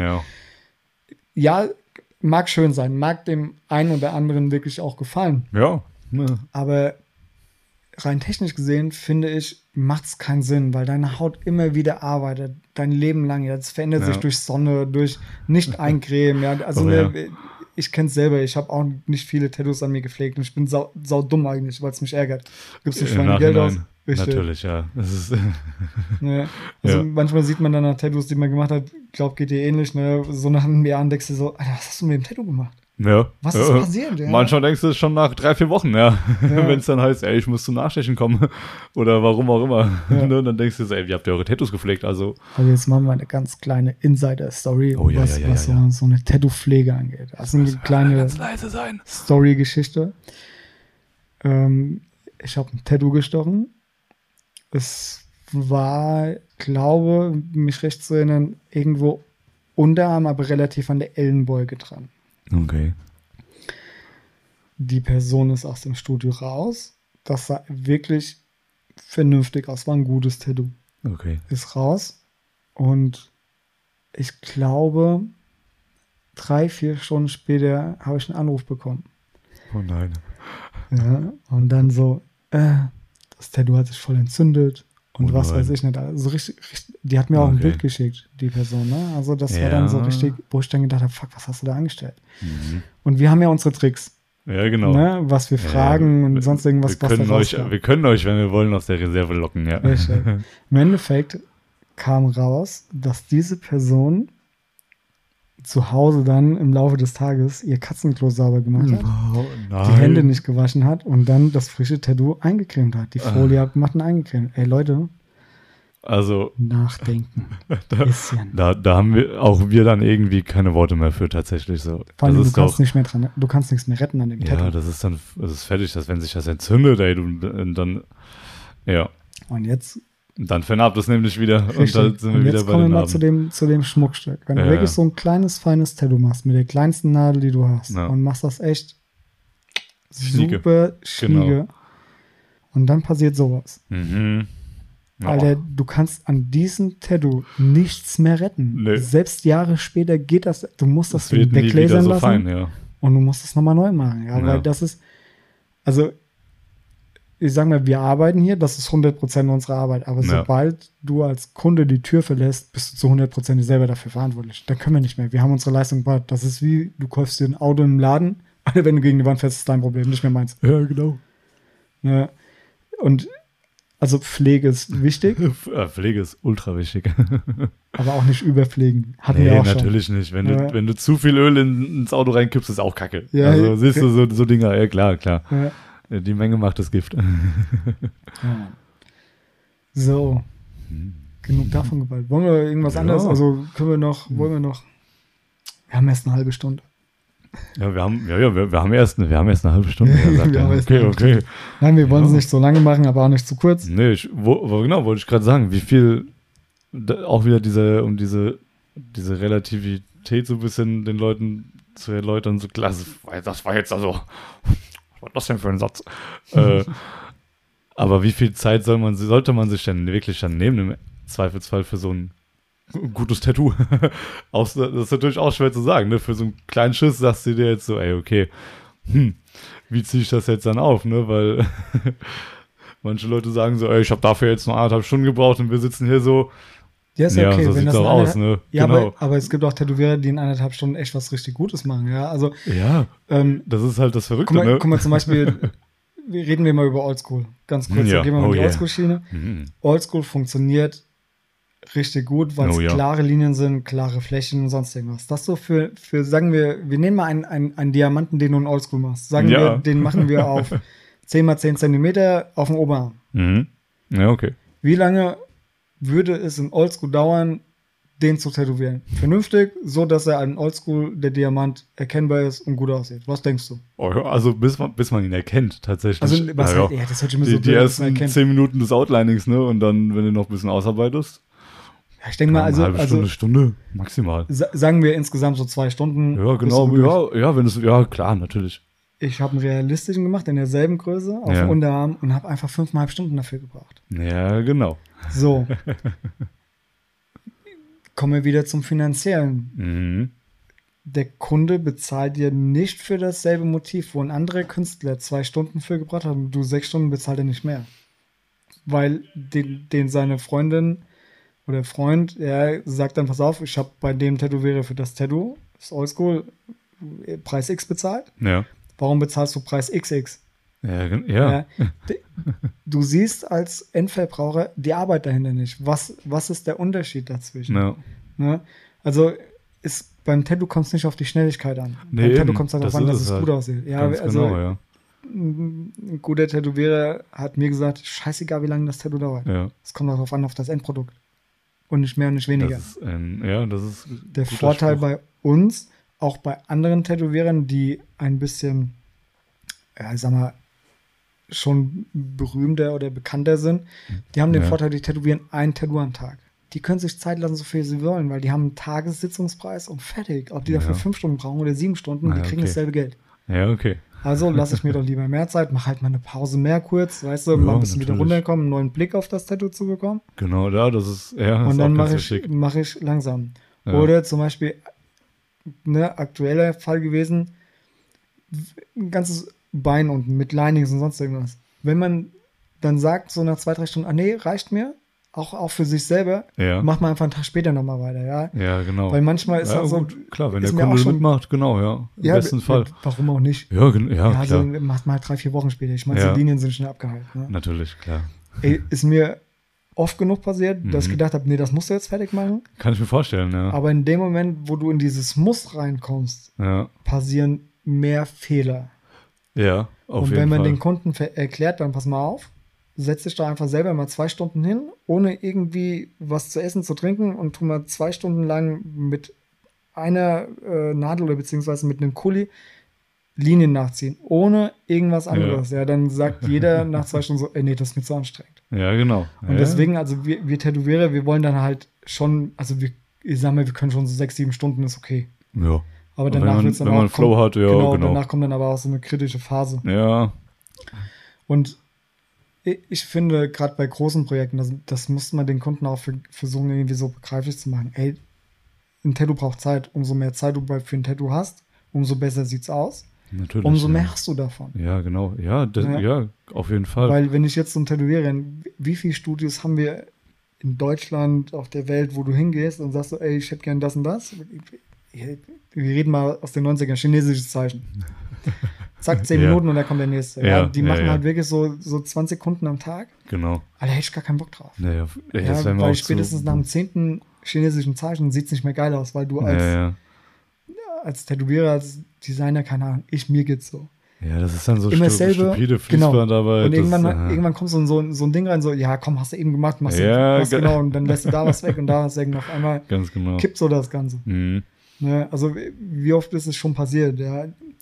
Ja, mag schön sein, mag dem einen oder anderen wirklich auch gefallen. Ja. Aber rein technisch gesehen, finde ich, macht es keinen Sinn, weil deine Haut immer wieder arbeitet, dein Leben lang. Ja, das verändert sich durch Sonne, durch Nicht-Eincremen. Ja, also ich kenne es selber, ich habe auch nicht viele Tattoos an mir gepflegt und ich bin sau dumm eigentlich, weil es mich ärgert. Gibst du Schweine-Geld aus? Richtig. Natürlich, ja. Das ist also manchmal sieht man dann nach Tattoos, die man gemacht hat, glaub, geht dir ähnlich, ne? So nach einem Jahr denkst du so, Alter, was hast du mit dem Tattoo gemacht? Ja. Was ist passiert? Ja? Manchmal denkst du es schon nach 3, 4 Wochen, wenn es dann heißt, ey, ich muss zum Nachstechen kommen oder warum auch immer. Und dann denkst du so, ey, wie habt ihr eure Tattoos gepflegt? Also jetzt machen wir eine ganz kleine Insider-Story, was so eine Tattoo-Pflege angeht. Also eine kleine Story-Geschichte. Ich habe ein Tattoo gestochen. Es war, glaube mich recht zu erinnern, irgendwo Unterarm, aber relativ an der Ellenbeuge dran. Okay. Die Person ist aus dem Studio raus. Das sah wirklich vernünftig aus, war ein gutes Tattoo. Okay. Ist raus und ich glaube, 3-4 Stunden später habe ich einen Anruf bekommen. Oh nein. Ja, und dann so, das Tattoo hat sich voll entzündet und was weiß ich nicht. Also richtig, die hat mir auch ein Bild geschickt, die Person. Ne? Also das war dann so richtig, wo ich dann gedacht habe, fuck, was hast du da angestellt? Und wir haben ja unsere Tricks. Ja, genau. Ne? Was wir fragen und sonst irgendwas, was da rauskam. Wir können euch, wenn wir wollen, aus der Reserve locken, ja. Richtig. Im Endeffekt kam raus, dass diese Person zu Hause dann im Laufe des Tages ihr Katzenklo sauber gemacht hat, die Hände nicht gewaschen hat und dann das frische Tattoo eingecremt hat. Die Folie abgemacht und eingecremt. Ey, Leute, also nachdenken. Da haben wir dann irgendwie keine Worte mehr für tatsächlich so. Vor allem, du kannst nichts mehr retten an dem Tattoo. Ja, das ist fertig, dass wenn sich das entzündet, ey, dann, ja. Und jetzt dann vernarbt es nämlich wieder. Richtig. Und dann sind wir wieder bei den Narben. Jetzt kommen wir mal zu dem Schmuckstück. Wenn du wirklich so ein kleines, feines Tattoo machst, mit der kleinsten Nadel, die du hast, und machst das echt super schnieke. Genau. Und dann passiert sowas. Alter, du kannst an diesem Tattoo nichts mehr retten. Nee. Selbst Jahre später geht das, du musst das weglasern lassen. Fein, ja. Und du musst es nochmal neu machen. Ja, weil das ist, also ich sag mal, wir arbeiten hier, das ist 100% unserer Arbeit, aber sobald du als Kunde die Tür verlässt, bist du zu 100% selber dafür verantwortlich. Dann können wir nicht mehr. Wir haben unsere Leistung gebracht. Das ist wie, du kaufst dir ein Auto im Laden, aber wenn du gegen die Wand fährst, ist dein Problem, nicht mehr meins. Ja, genau. Ja. Und also Pflege ist wichtig. Pflege ist ultra wichtig. Aber auch nicht überpflegen. Hatten wir auch schon. Natürlich nicht. Wenn du zu viel Öl ins Auto reinkippst, ist auch kacke. Ja, also siehst du so Dinger, ja klar. Ja. Die Menge macht das Gift. Ja. So. Genug davon geballt. Wollen wir irgendwas anderes? Also wollen wir noch. Wir haben erst eine halbe Stunde. Ja, wir haben erst eine halbe Stunde gesagt. Okay. Nein, wir wollen es nicht so lange machen, aber auch nicht zu kurz. Nee, wollte ich gerade sagen, wie viel auch wieder diese Relativität so ein bisschen den Leuten zu erläutern, so klar, das war jetzt also. Was war das denn für ein Satz? Aber wie viel Zeit sollte man sich denn wirklich dann nehmen, im Zweifelsfall für so ein gutes Tattoo? Das ist natürlich auch schwer zu sagen, ne? Für so einen kleinen Schiss sagst du dir jetzt so, ey, okay, wie ziehe ich das jetzt dann auf, ne? Weil manche Leute sagen so, ey, ich habe dafür jetzt nur 1,5 Stunden gebraucht und wir sitzen hier so. Ja, ist okay. So sieht es auch aus, ne? Ja, genau. aber es gibt auch Tätowierer, die in 1,5 Stunden echt was richtig Gutes machen, ja. Also, das ist halt das Verrückte, ne? Guck mal zum Beispiel, reden wir mal über Oldschool. Ganz kurz, gehen wir mal in die Oldschool-Schiene. Oldschool funktioniert richtig gut, weil es klare Linien sind, klare Flächen und sonst irgendwas. Das so für sagen wir nehmen mal einen Diamanten, den du in Oldschool machst. Sagen wir, den machen wir auf 10x10 Zentimeter auf dem Oberarm. Ja, okay. Wie lange würde es in Oldschool dauern, den zu tätowieren? Vernünftig, so dass er an Oldschool, der Diamant, erkennbar ist und gut aussieht. Was denkst du? Also bis man ihn erkennt, tatsächlich. Also das hört schon so die ersten 10 Minuten des Outlinings, ne? Und dann, wenn du noch ein bisschen ausarbeitest. Ja, ich denke mal, eine halbe Stunde maximal. Sagen wir insgesamt so 2 Stunden. Ja, genau. Ja, klar, natürlich. Ich habe einen realistischen gemacht, in derselben Größe, auf dem Unterarm und habe einfach 5,5 Stunden dafür gebraucht. Ja, genau. So. Kommen wir wieder zum Finanziellen. Der Kunde bezahlt dir nicht für dasselbe Motiv, wo ein anderer Künstler 2 Stunden für gebracht hat und du 6 Stunden bezahlt er nicht mehr. Weil den seine Freundin oder Freund, er sagt dann, pass auf, ich habe bei dem Tätowierer für das Tattoo, das Oldschool, Preis X bezahlt. Ja. Warum bezahlst du Preis XX? Ja. Du siehst als Endverbraucher die Arbeit dahinter nicht. Was ist der Unterschied dazwischen? Ja. Ne? Also beim Tattoo kommt es nicht auf die Schnelligkeit an. Nee, beim Tattoo kommt es darauf an, dass es halt gut aussieht. Ja, also ein guter Tätowierer hat mir gesagt, scheißegal, wie lange das Tattoo dauert. Ja. Es kommt darauf an, auf das Endprodukt. Und nicht mehr und nicht weniger. Das ist der Vorteil Spruch. Bei uns, auch bei anderen Tätowierern, die ein bisschen, ich sag mal, schon berühmter oder bekannter sind, die haben den Vorteil, die tätowieren ein Tattoo am Tag. Die können sich Zeit lassen, so viel sie wollen, weil die haben einen Tagessitzungspreis und fertig. Ob die dafür 5 Stunden brauchen oder 7 Stunden, die kriegen dasselbe Geld. Ja, okay. Also lasse ich mir doch lieber mehr Zeit, mach halt mal eine Pause mehr kurz, weißt du, Ja, mal ein bisschen wieder natürlich. runterkommen, einen neuen Blick auf das Tattoo zu bekommen. Genau, ja, das ist, ja, Und ist dann auch ganz mache ich, wichtig. mach ich langsam. Ja. Oder zum Beispiel, ne, aktueller Fall gewesen, ein ganzes Bein unten mit Linings und sonst irgendwas. Wenn man dann sagt, so nach 2, 3 Stunden, nee, reicht mir, auch für sich selber, Ja. macht man einfach einen Tag später nochmal weiter, ja. Ja, genau. Weil manchmal ist ja, das so, gut, klar, wenn ist der mir auch Kunde schon- mitmacht, genau, ja. Im besten Fall. Warum auch nicht? Ja, ja, Ja, klar. also macht mal 3, 4 Wochen später. Ich meine, Ja. die Linien sind schnell abgehalten. Ne? Natürlich, klar. Ey, ist mir oft genug passiert, dass ich Mhm. gedacht habe, nee, das musst du jetzt fertig machen. Kann ich mir vorstellen, ja. Aber in dem Moment, wo du in dieses Muss reinkommst, Ja, passieren mehr Fehler. ja, auf Und jeden wenn man Fall. den Kunden erklärt, dann pass mal auf, setz dich da einfach selber mal 2 Stunden hin, ohne irgendwie was zu essen, zu trinken und tu mal 2 Stunden lang mit einer Nadel oder beziehungsweise mit einem Kuli Linien nachziehen, ohne irgendwas anderes. Ja, dann sagt jeder nach 2 Stunden so, ey, nee, das ist mir zu anstrengend. Ja, genau. Und ja, deswegen, also wir Tätowierer, wir wollen dann halt schon, also ich sag mal, wir können schon so 6, 7 Stunden, ist okay. Ja. Aber Wenn danach man- wird's dann wenn auch man Flow hat, ja, genau. danach kommt dann aber auch so eine kritische Phase. Ja, Und ich finde, gerade bei großen Projekten, das muss man den Kunden auch versuchen, irgendwie so begreiflich zu machen. Ey, ein Tattoo braucht Zeit. Umso mehr Zeit du für ein Tattoo hast, umso besser sieht's aus. natürlich. Umso ja. mehr hast du davon. Ja, genau. Ja, Ja. ja, auf jeden Fall. Weil wenn ich jetzt so ein Tätowierer, wie viele Studios haben wir in Deutschland, auf der Welt, wo du hingehst und sagst so, ey, ich hätte gern das und das. Wir reden mal aus den 90ern, chinesisches Zeichen. Zack, 10 Ja. Minuten und da kommt der nächste. Ja, Ja, die ja, machen ja. halt wirklich so 20 Kunden am Tag. Genau. Aber da hätte ich gar keinen Bock drauf. Naja, Ja, jetzt werden wir weil auch spätestens zu, nach dem 10. chinesischen Zeichen sieht es nicht mehr geil aus, weil du als, ja, als Tätowierer, als Designer, keine Ahnung, mir geht's so. ja, das ist dann so Immer dasselbe, stupide genau. Fließbandarbeit. Und irgendwann, das, irgendwann kommt so ein Ding rein, so, ja, komm, hast du eben gemacht, machst Ja, du was genau, und dann lässt du da was weg und da was weg und auf einmal ganz genau. kippt so das Ganze. Mhm. Ne? Also, wie oft ist es schon passiert? Ja?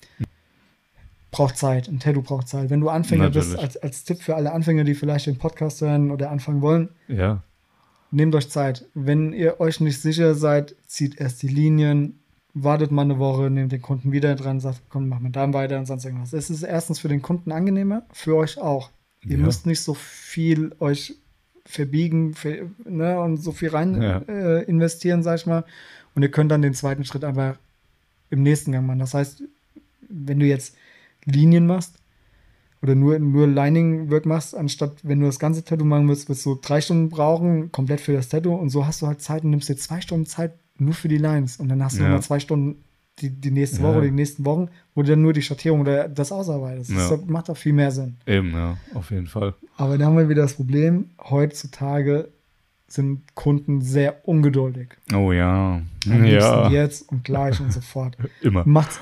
Braucht Zeit, ein Tattoo braucht Zeit. Wenn du Anfänger bist, Natürlich. als Tipp für alle Anfänger, die vielleicht den Podcast hören oder anfangen wollen, Ja, nehmt euch Zeit. Wenn ihr euch nicht sicher seid, zieht erst die Linien, wartet mal eine Woche, nehmt den Kunden wieder dran, sagt, komm, mach mit Darm weiter und sonst irgendwas. Es ist erstens für den Kunden angenehmer, für euch auch. Ihr Ja. müsst nicht so viel euch verbiegen ne, und so viel rein Ja. investieren, sag ich mal. Und ihr könnt dann den zweiten Schritt einfach im nächsten Gang machen. Das heißt, wenn du jetzt Linien machst oder nur Lining-Work machst, anstatt wenn du das ganze Tattoo machen willst, wirst du 3 Stunden brauchen, komplett für das Tattoo. Und so hast du halt Zeit und nimmst dir 2 Stunden Zeit nur für die Lines. Und dann hast du Ja. nochmal 2 Stunden die nächste Ja. Woche oder die nächsten Wochen, wo du dann nur die Schattierung oder das ausarbeitest. Ja. Das macht doch viel mehr Sinn. eben, ja, auf jeden Fall. Aber da haben wir wieder das Problem, heutzutage sind Kunden sehr ungeduldig. Oh ja. Am liebsten Ja, jetzt und gleich und sofort. immer.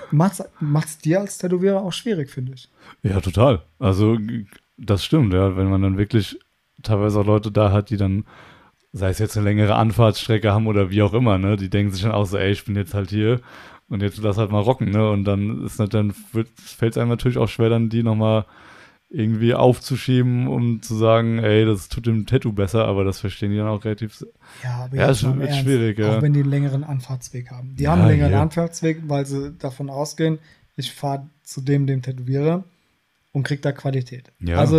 Macht's dir als Tätowierer auch schwierig, finde ich. Ja, total. Also, das stimmt, ja. Wenn man dann wirklich teilweise auch Leute da hat, die dann, sei es jetzt eine längere Anfahrtsstrecke haben oder wie auch immer, ne, die denken sich dann auch so, ey, ich bin jetzt halt hier und jetzt lass halt mal rocken, ne, und dann fällt es einem natürlich auch schwer, dann die nochmal irgendwie aufzuschieben, um zu sagen, ey, das tut dem Tattoo besser, aber das verstehen die dann auch relativ. Ja, aber Ja, jetzt es mal im wird Ernst, schwierig, ja. Auch wenn die einen längeren Anfahrtsweg haben. Die Ja, haben einen längeren ja. Anfahrtsweg, weil sie davon ausgehen, ich fahre zu dem Tätowierer und krieg da Qualität. Ja. Also,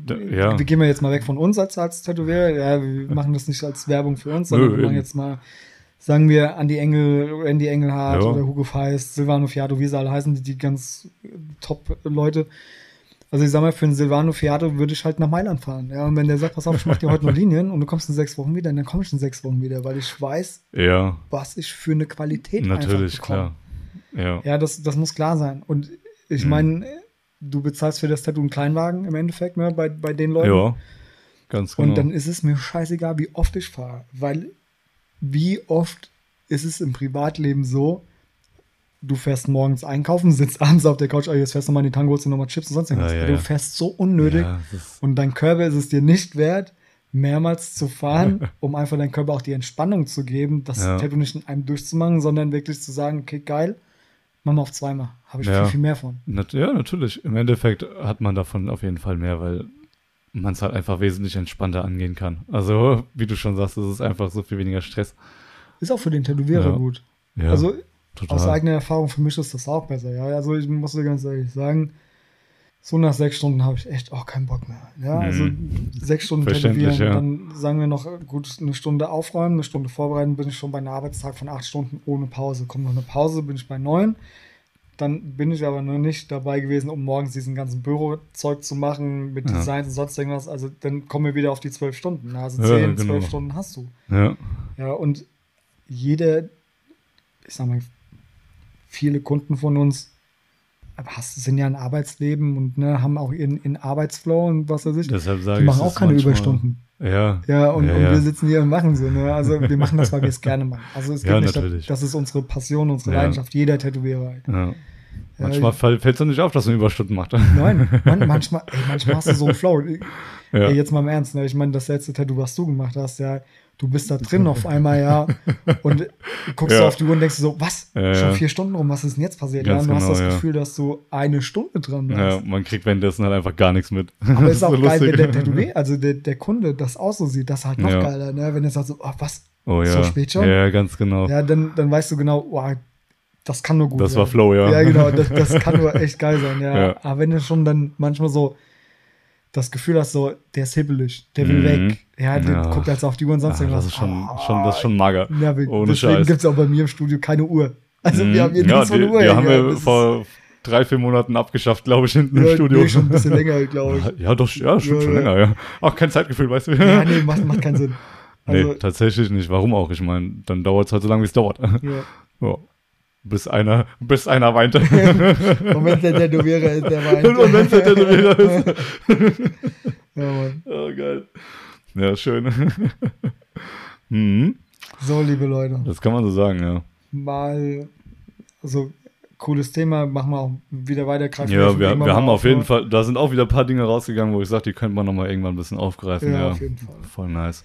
ja. wir gehen jetzt mal weg von uns als Tätowierer. Ja, wir machen das nicht als Werbung für uns, sondern Nö, wir machen eben. jetzt mal, sagen wir, Andy Engelhardt Ja. oder Hugo Feist, Silvano Fiato, wie sie alle heißen, die ganz Top-Leute. Also ich sag mal, für einen Silvano Fiato würde ich halt nach Mailand fahren. Ja, und wenn der sagt, pass auf, ich mach dir heute noch Linien und du kommst in 6 Wochen wieder, dann komme ich in 6 Wochen wieder, weil ich weiß, Ja, was ich für eine Qualität natürlich, einfach bekomme. klar. Ja. Ja, das muss klar sein. Und ich meine, du bezahlst für das Tattoo einen Kleinwagen im Endeffekt, ne, bei den Leuten. Ja, ganz genau. Und dann ist es mir scheißegal, wie oft ich fahre. Weil wie oft ist es im Privatleben so, du fährst morgens einkaufen, sitzt abends auf der Couch, jetzt fährst du mal in die Tango, holst dir nochmal Chips und sonst irgendwas. Ja, ja, Du ja. fährst so unnötig Ja, das ist, und dein Körper ist es dir nicht wert, mehrmals zu fahren, um einfach deinem Körper auch die Entspannung zu geben, das Ja. Tattoo nicht in einem durchzumachen, sondern wirklich zu sagen, okay, geil, mach mal auf 2-mal. Habe ich Ja. viel mehr von. ja, natürlich. Im Endeffekt hat man davon auf jeden Fall mehr, weil man es halt einfach wesentlich entspannter angehen kann. Also, wie du schon sagst, es ist einfach so viel weniger Stress. Ist auch für den Tätowierer Ja. gut. Ja, Also total. aus eigener Erfahrung, für mich ist das auch besser. Ja, also ich muss dir ganz ehrlich sagen, so nach 6 Stunden habe ich echt auch keinen Bock mehr. Ja, also 6 Stunden Verständlich, tätowieren, ja. dann sagen wir noch gut eine Stunde aufräumen, eine Stunde vorbereiten, bin ich schon bei einem Arbeitstag von 8 Stunden ohne Pause. Kommt noch eine Pause, bin ich bei 9. Dann bin ich aber noch nicht dabei gewesen, um morgens diesen ganzen Bürozeug zu machen, mit Designs und sonst irgendwas. Also dann kommen wir wieder auf die 12 Stunden. Also 10, 12 Stunden hast du. Ja. Ja, und ich sag mal, viele Kunden von uns sind ja ein Arbeitsleben und haben auch ihren Arbeitsflow und was weiß ich. Deshalb sage die ich, machen auch keine Überstunden. Ja. Ja, und wir sitzen hier und machen so. Ne? Also wir machen das, weil wir es gerne machen. Also es geht nicht, natürlich. das ist unsere Passion, unsere Leidenschaft, jeder Tätowierer. Ja. Manchmal fällt es nicht auf, dass man Überstunden macht. Nein, manchmal hast du so einen Flow. Ey, jetzt mal im Ernst, ne? Ich meine, das letzte Tattoo, was du gemacht hast, ja, du bist da drin auf einmal, ja, und guckst du auf die Uhr und denkst so, was? Schon 4 Stunden rum, was ist denn jetzt passiert? Ganz ja, und du hast das genau, Gefühl, dass du 1 Stunde dran warst. Ja, man kriegt währenddessen halt einfach gar nichts mit. Aber ist auch so geil, lustig. wenn der Tätowierer, also der Kunde das auch so sieht, das ist halt noch geiler, ne? Wenn er sagt so, was? Oh ja. So spät schon? Ja, ganz genau. Ja, dann weißt du genau, das kann nur gut sein. Das war Flow, ja. Ja, genau, das kann nur echt geil sein, ja. Ja. Aber wenn du schon dann manchmal so das Gefühl hast, so, der ist hibbelig, der will weg, ja, der guckt jetzt auf die Uhr und sonst irgendwas. Das ist schon mager. Ja, Ohne deswegen Scheiß. gibt es auch bei mir im Studio keine Uhr. Also wir haben hier nie so eine Uhr. Die haben wir vor 3-4 Monaten abgeschafft, glaube ich, hinten im Studio. Nee, schon ein bisschen länger, glaube ich. Ja, doch, schon länger, ja. Auch kein Zeitgefühl, weißt du. Ja, nee, macht keinen Sinn. Also, nee, tatsächlich nicht. Warum auch? Ich meine, dann dauert es halt so lange, wie es dauert. Ja. Bis einer weint. Und wenn es der Tätowierer ist, der weint. Und wenn es der Tätowierer ist. Ja, Mann. Oh, geil. Ja, schön. So, liebe Leute. Das kann man so sagen, ja. Mal, also, cooles Thema, machen wir auch wieder weiter. Ja, wir haben auf jeden Fall, da sind auch wieder ein paar Dinge rausgegangen, wo ich sage, die könnte man nochmal irgendwann ein bisschen aufgreifen. Ja, auf jeden Fall. Voll nice.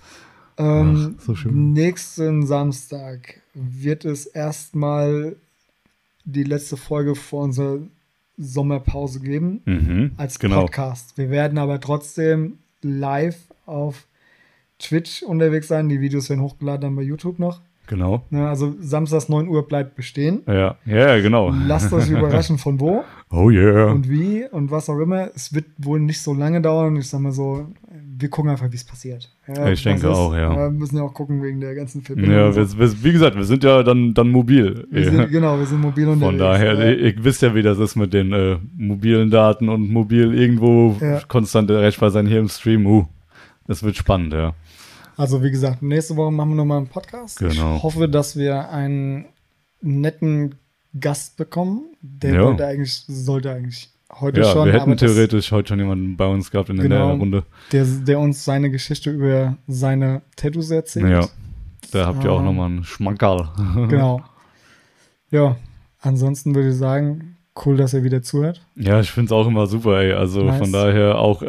So schön. Nächsten Samstag wird es erstmal die letzte Folge vor unserer Sommerpause geben, als Podcast. Wir werden aber trotzdem live auf Twitch unterwegs sein. Die Videos werden hochgeladen dann bei YouTube noch. Genau. Ja, also samstags 9 Uhr bleibt bestehen. Ja, genau. Lasst euch überraschen von wo. Oh yeah. Und wie und was auch immer. Es wird wohl nicht so lange dauern. Ich sag mal so, wir gucken einfach, wie es passiert. Ja, ich denke auch, ja. Wir müssen ja auch gucken wegen der ganzen Verbindung. Ja, wie gesagt, wir sind ja dann mobil. Wir sind mobil unterwegs. Von daher, ihr wisst ja, wie das ist mit den mobilen Daten und mobil irgendwo konstant erreichbar sein hier im Stream. Das wird spannend, ja. Also wie gesagt, nächste Woche machen wir nochmal einen Podcast. Genau. Ich hoffe, dass wir einen netten Gast bekommen. Der sollte eigentlich heute schon. Wir hätten theoretisch heute schon jemanden bei uns gehabt in der Runde. Der uns seine Geschichte über seine Tattoos erzählt. Ja, da habt ihr auch nochmal einen Schmankerl. Genau. Ja, ansonsten würde ich sagen, cool, dass ihr wieder zuhört. Ja, ich finde es auch immer super, ey. Also von daher auch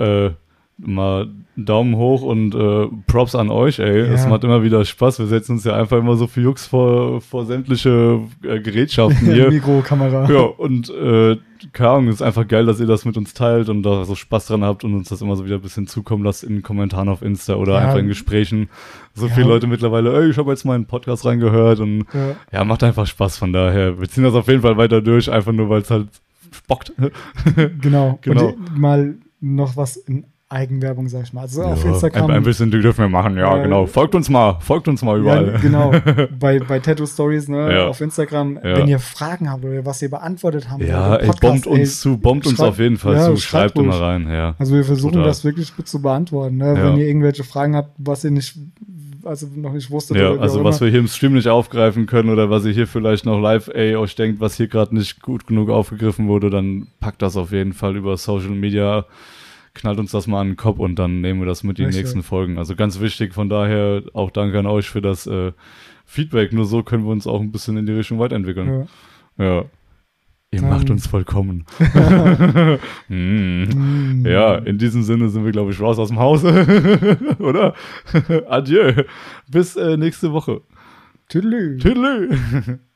mal Daumen hoch und Props an euch, ey. Es macht immer wieder Spaß. Wir setzen uns ja einfach immer so viel Jux vor sämtliche Gerätschaften hier. Mikro, Kamera. Ja, und keine Ahnung, es ist einfach geil, dass ihr das mit uns teilt und da so Spaß dran habt und uns das immer so wieder ein bisschen zukommen lasst in den Kommentaren auf Insta oder einfach in Gesprächen. So viele Leute mittlerweile, ey, ich habe jetzt mal in den Podcast reingehört und macht einfach Spaß. Von daher, wir ziehen das auf jeden Fall weiter durch, einfach nur, weil es halt bockt. Genau. Und mal noch was in Eigenwerbung, sag ich mal. Also auf Instagram. Ein bisschen dürfen wir machen, genau. Folgt uns mal überall. Ja, genau. Bei Tattoo Stories, ne, auf Instagram. Wenn ihr Fragen habt oder was ihr beantwortet habt. Ja, bombt uns auf jeden Fall zu. Schreibt immer rein, ja. Also wir versuchen das wirklich gut zu beantworten, ne? Wenn ihr irgendwelche Fragen habt, was ihr noch nicht wusstet. Ja, also was wir hier im Stream nicht aufgreifen können oder was ihr hier vielleicht noch live, euch denkt, was hier gerade nicht gut genug aufgegriffen wurde, dann packt das auf jeden Fall über Social Media, knallt uns das mal an den Kopf und dann nehmen wir das mit in die nächsten Folgen. Also ganz wichtig, von daher auch danke an euch für das Feedback. Nur so können wir uns auch ein bisschen in die Richtung weiterentwickeln. Ja. Ihr macht uns vollkommen. Ja, in diesem Sinne sind wir, glaube ich, raus aus dem Haus. Oder? Adieu. Bis nächste Woche. Tüdelü. Tüdelü.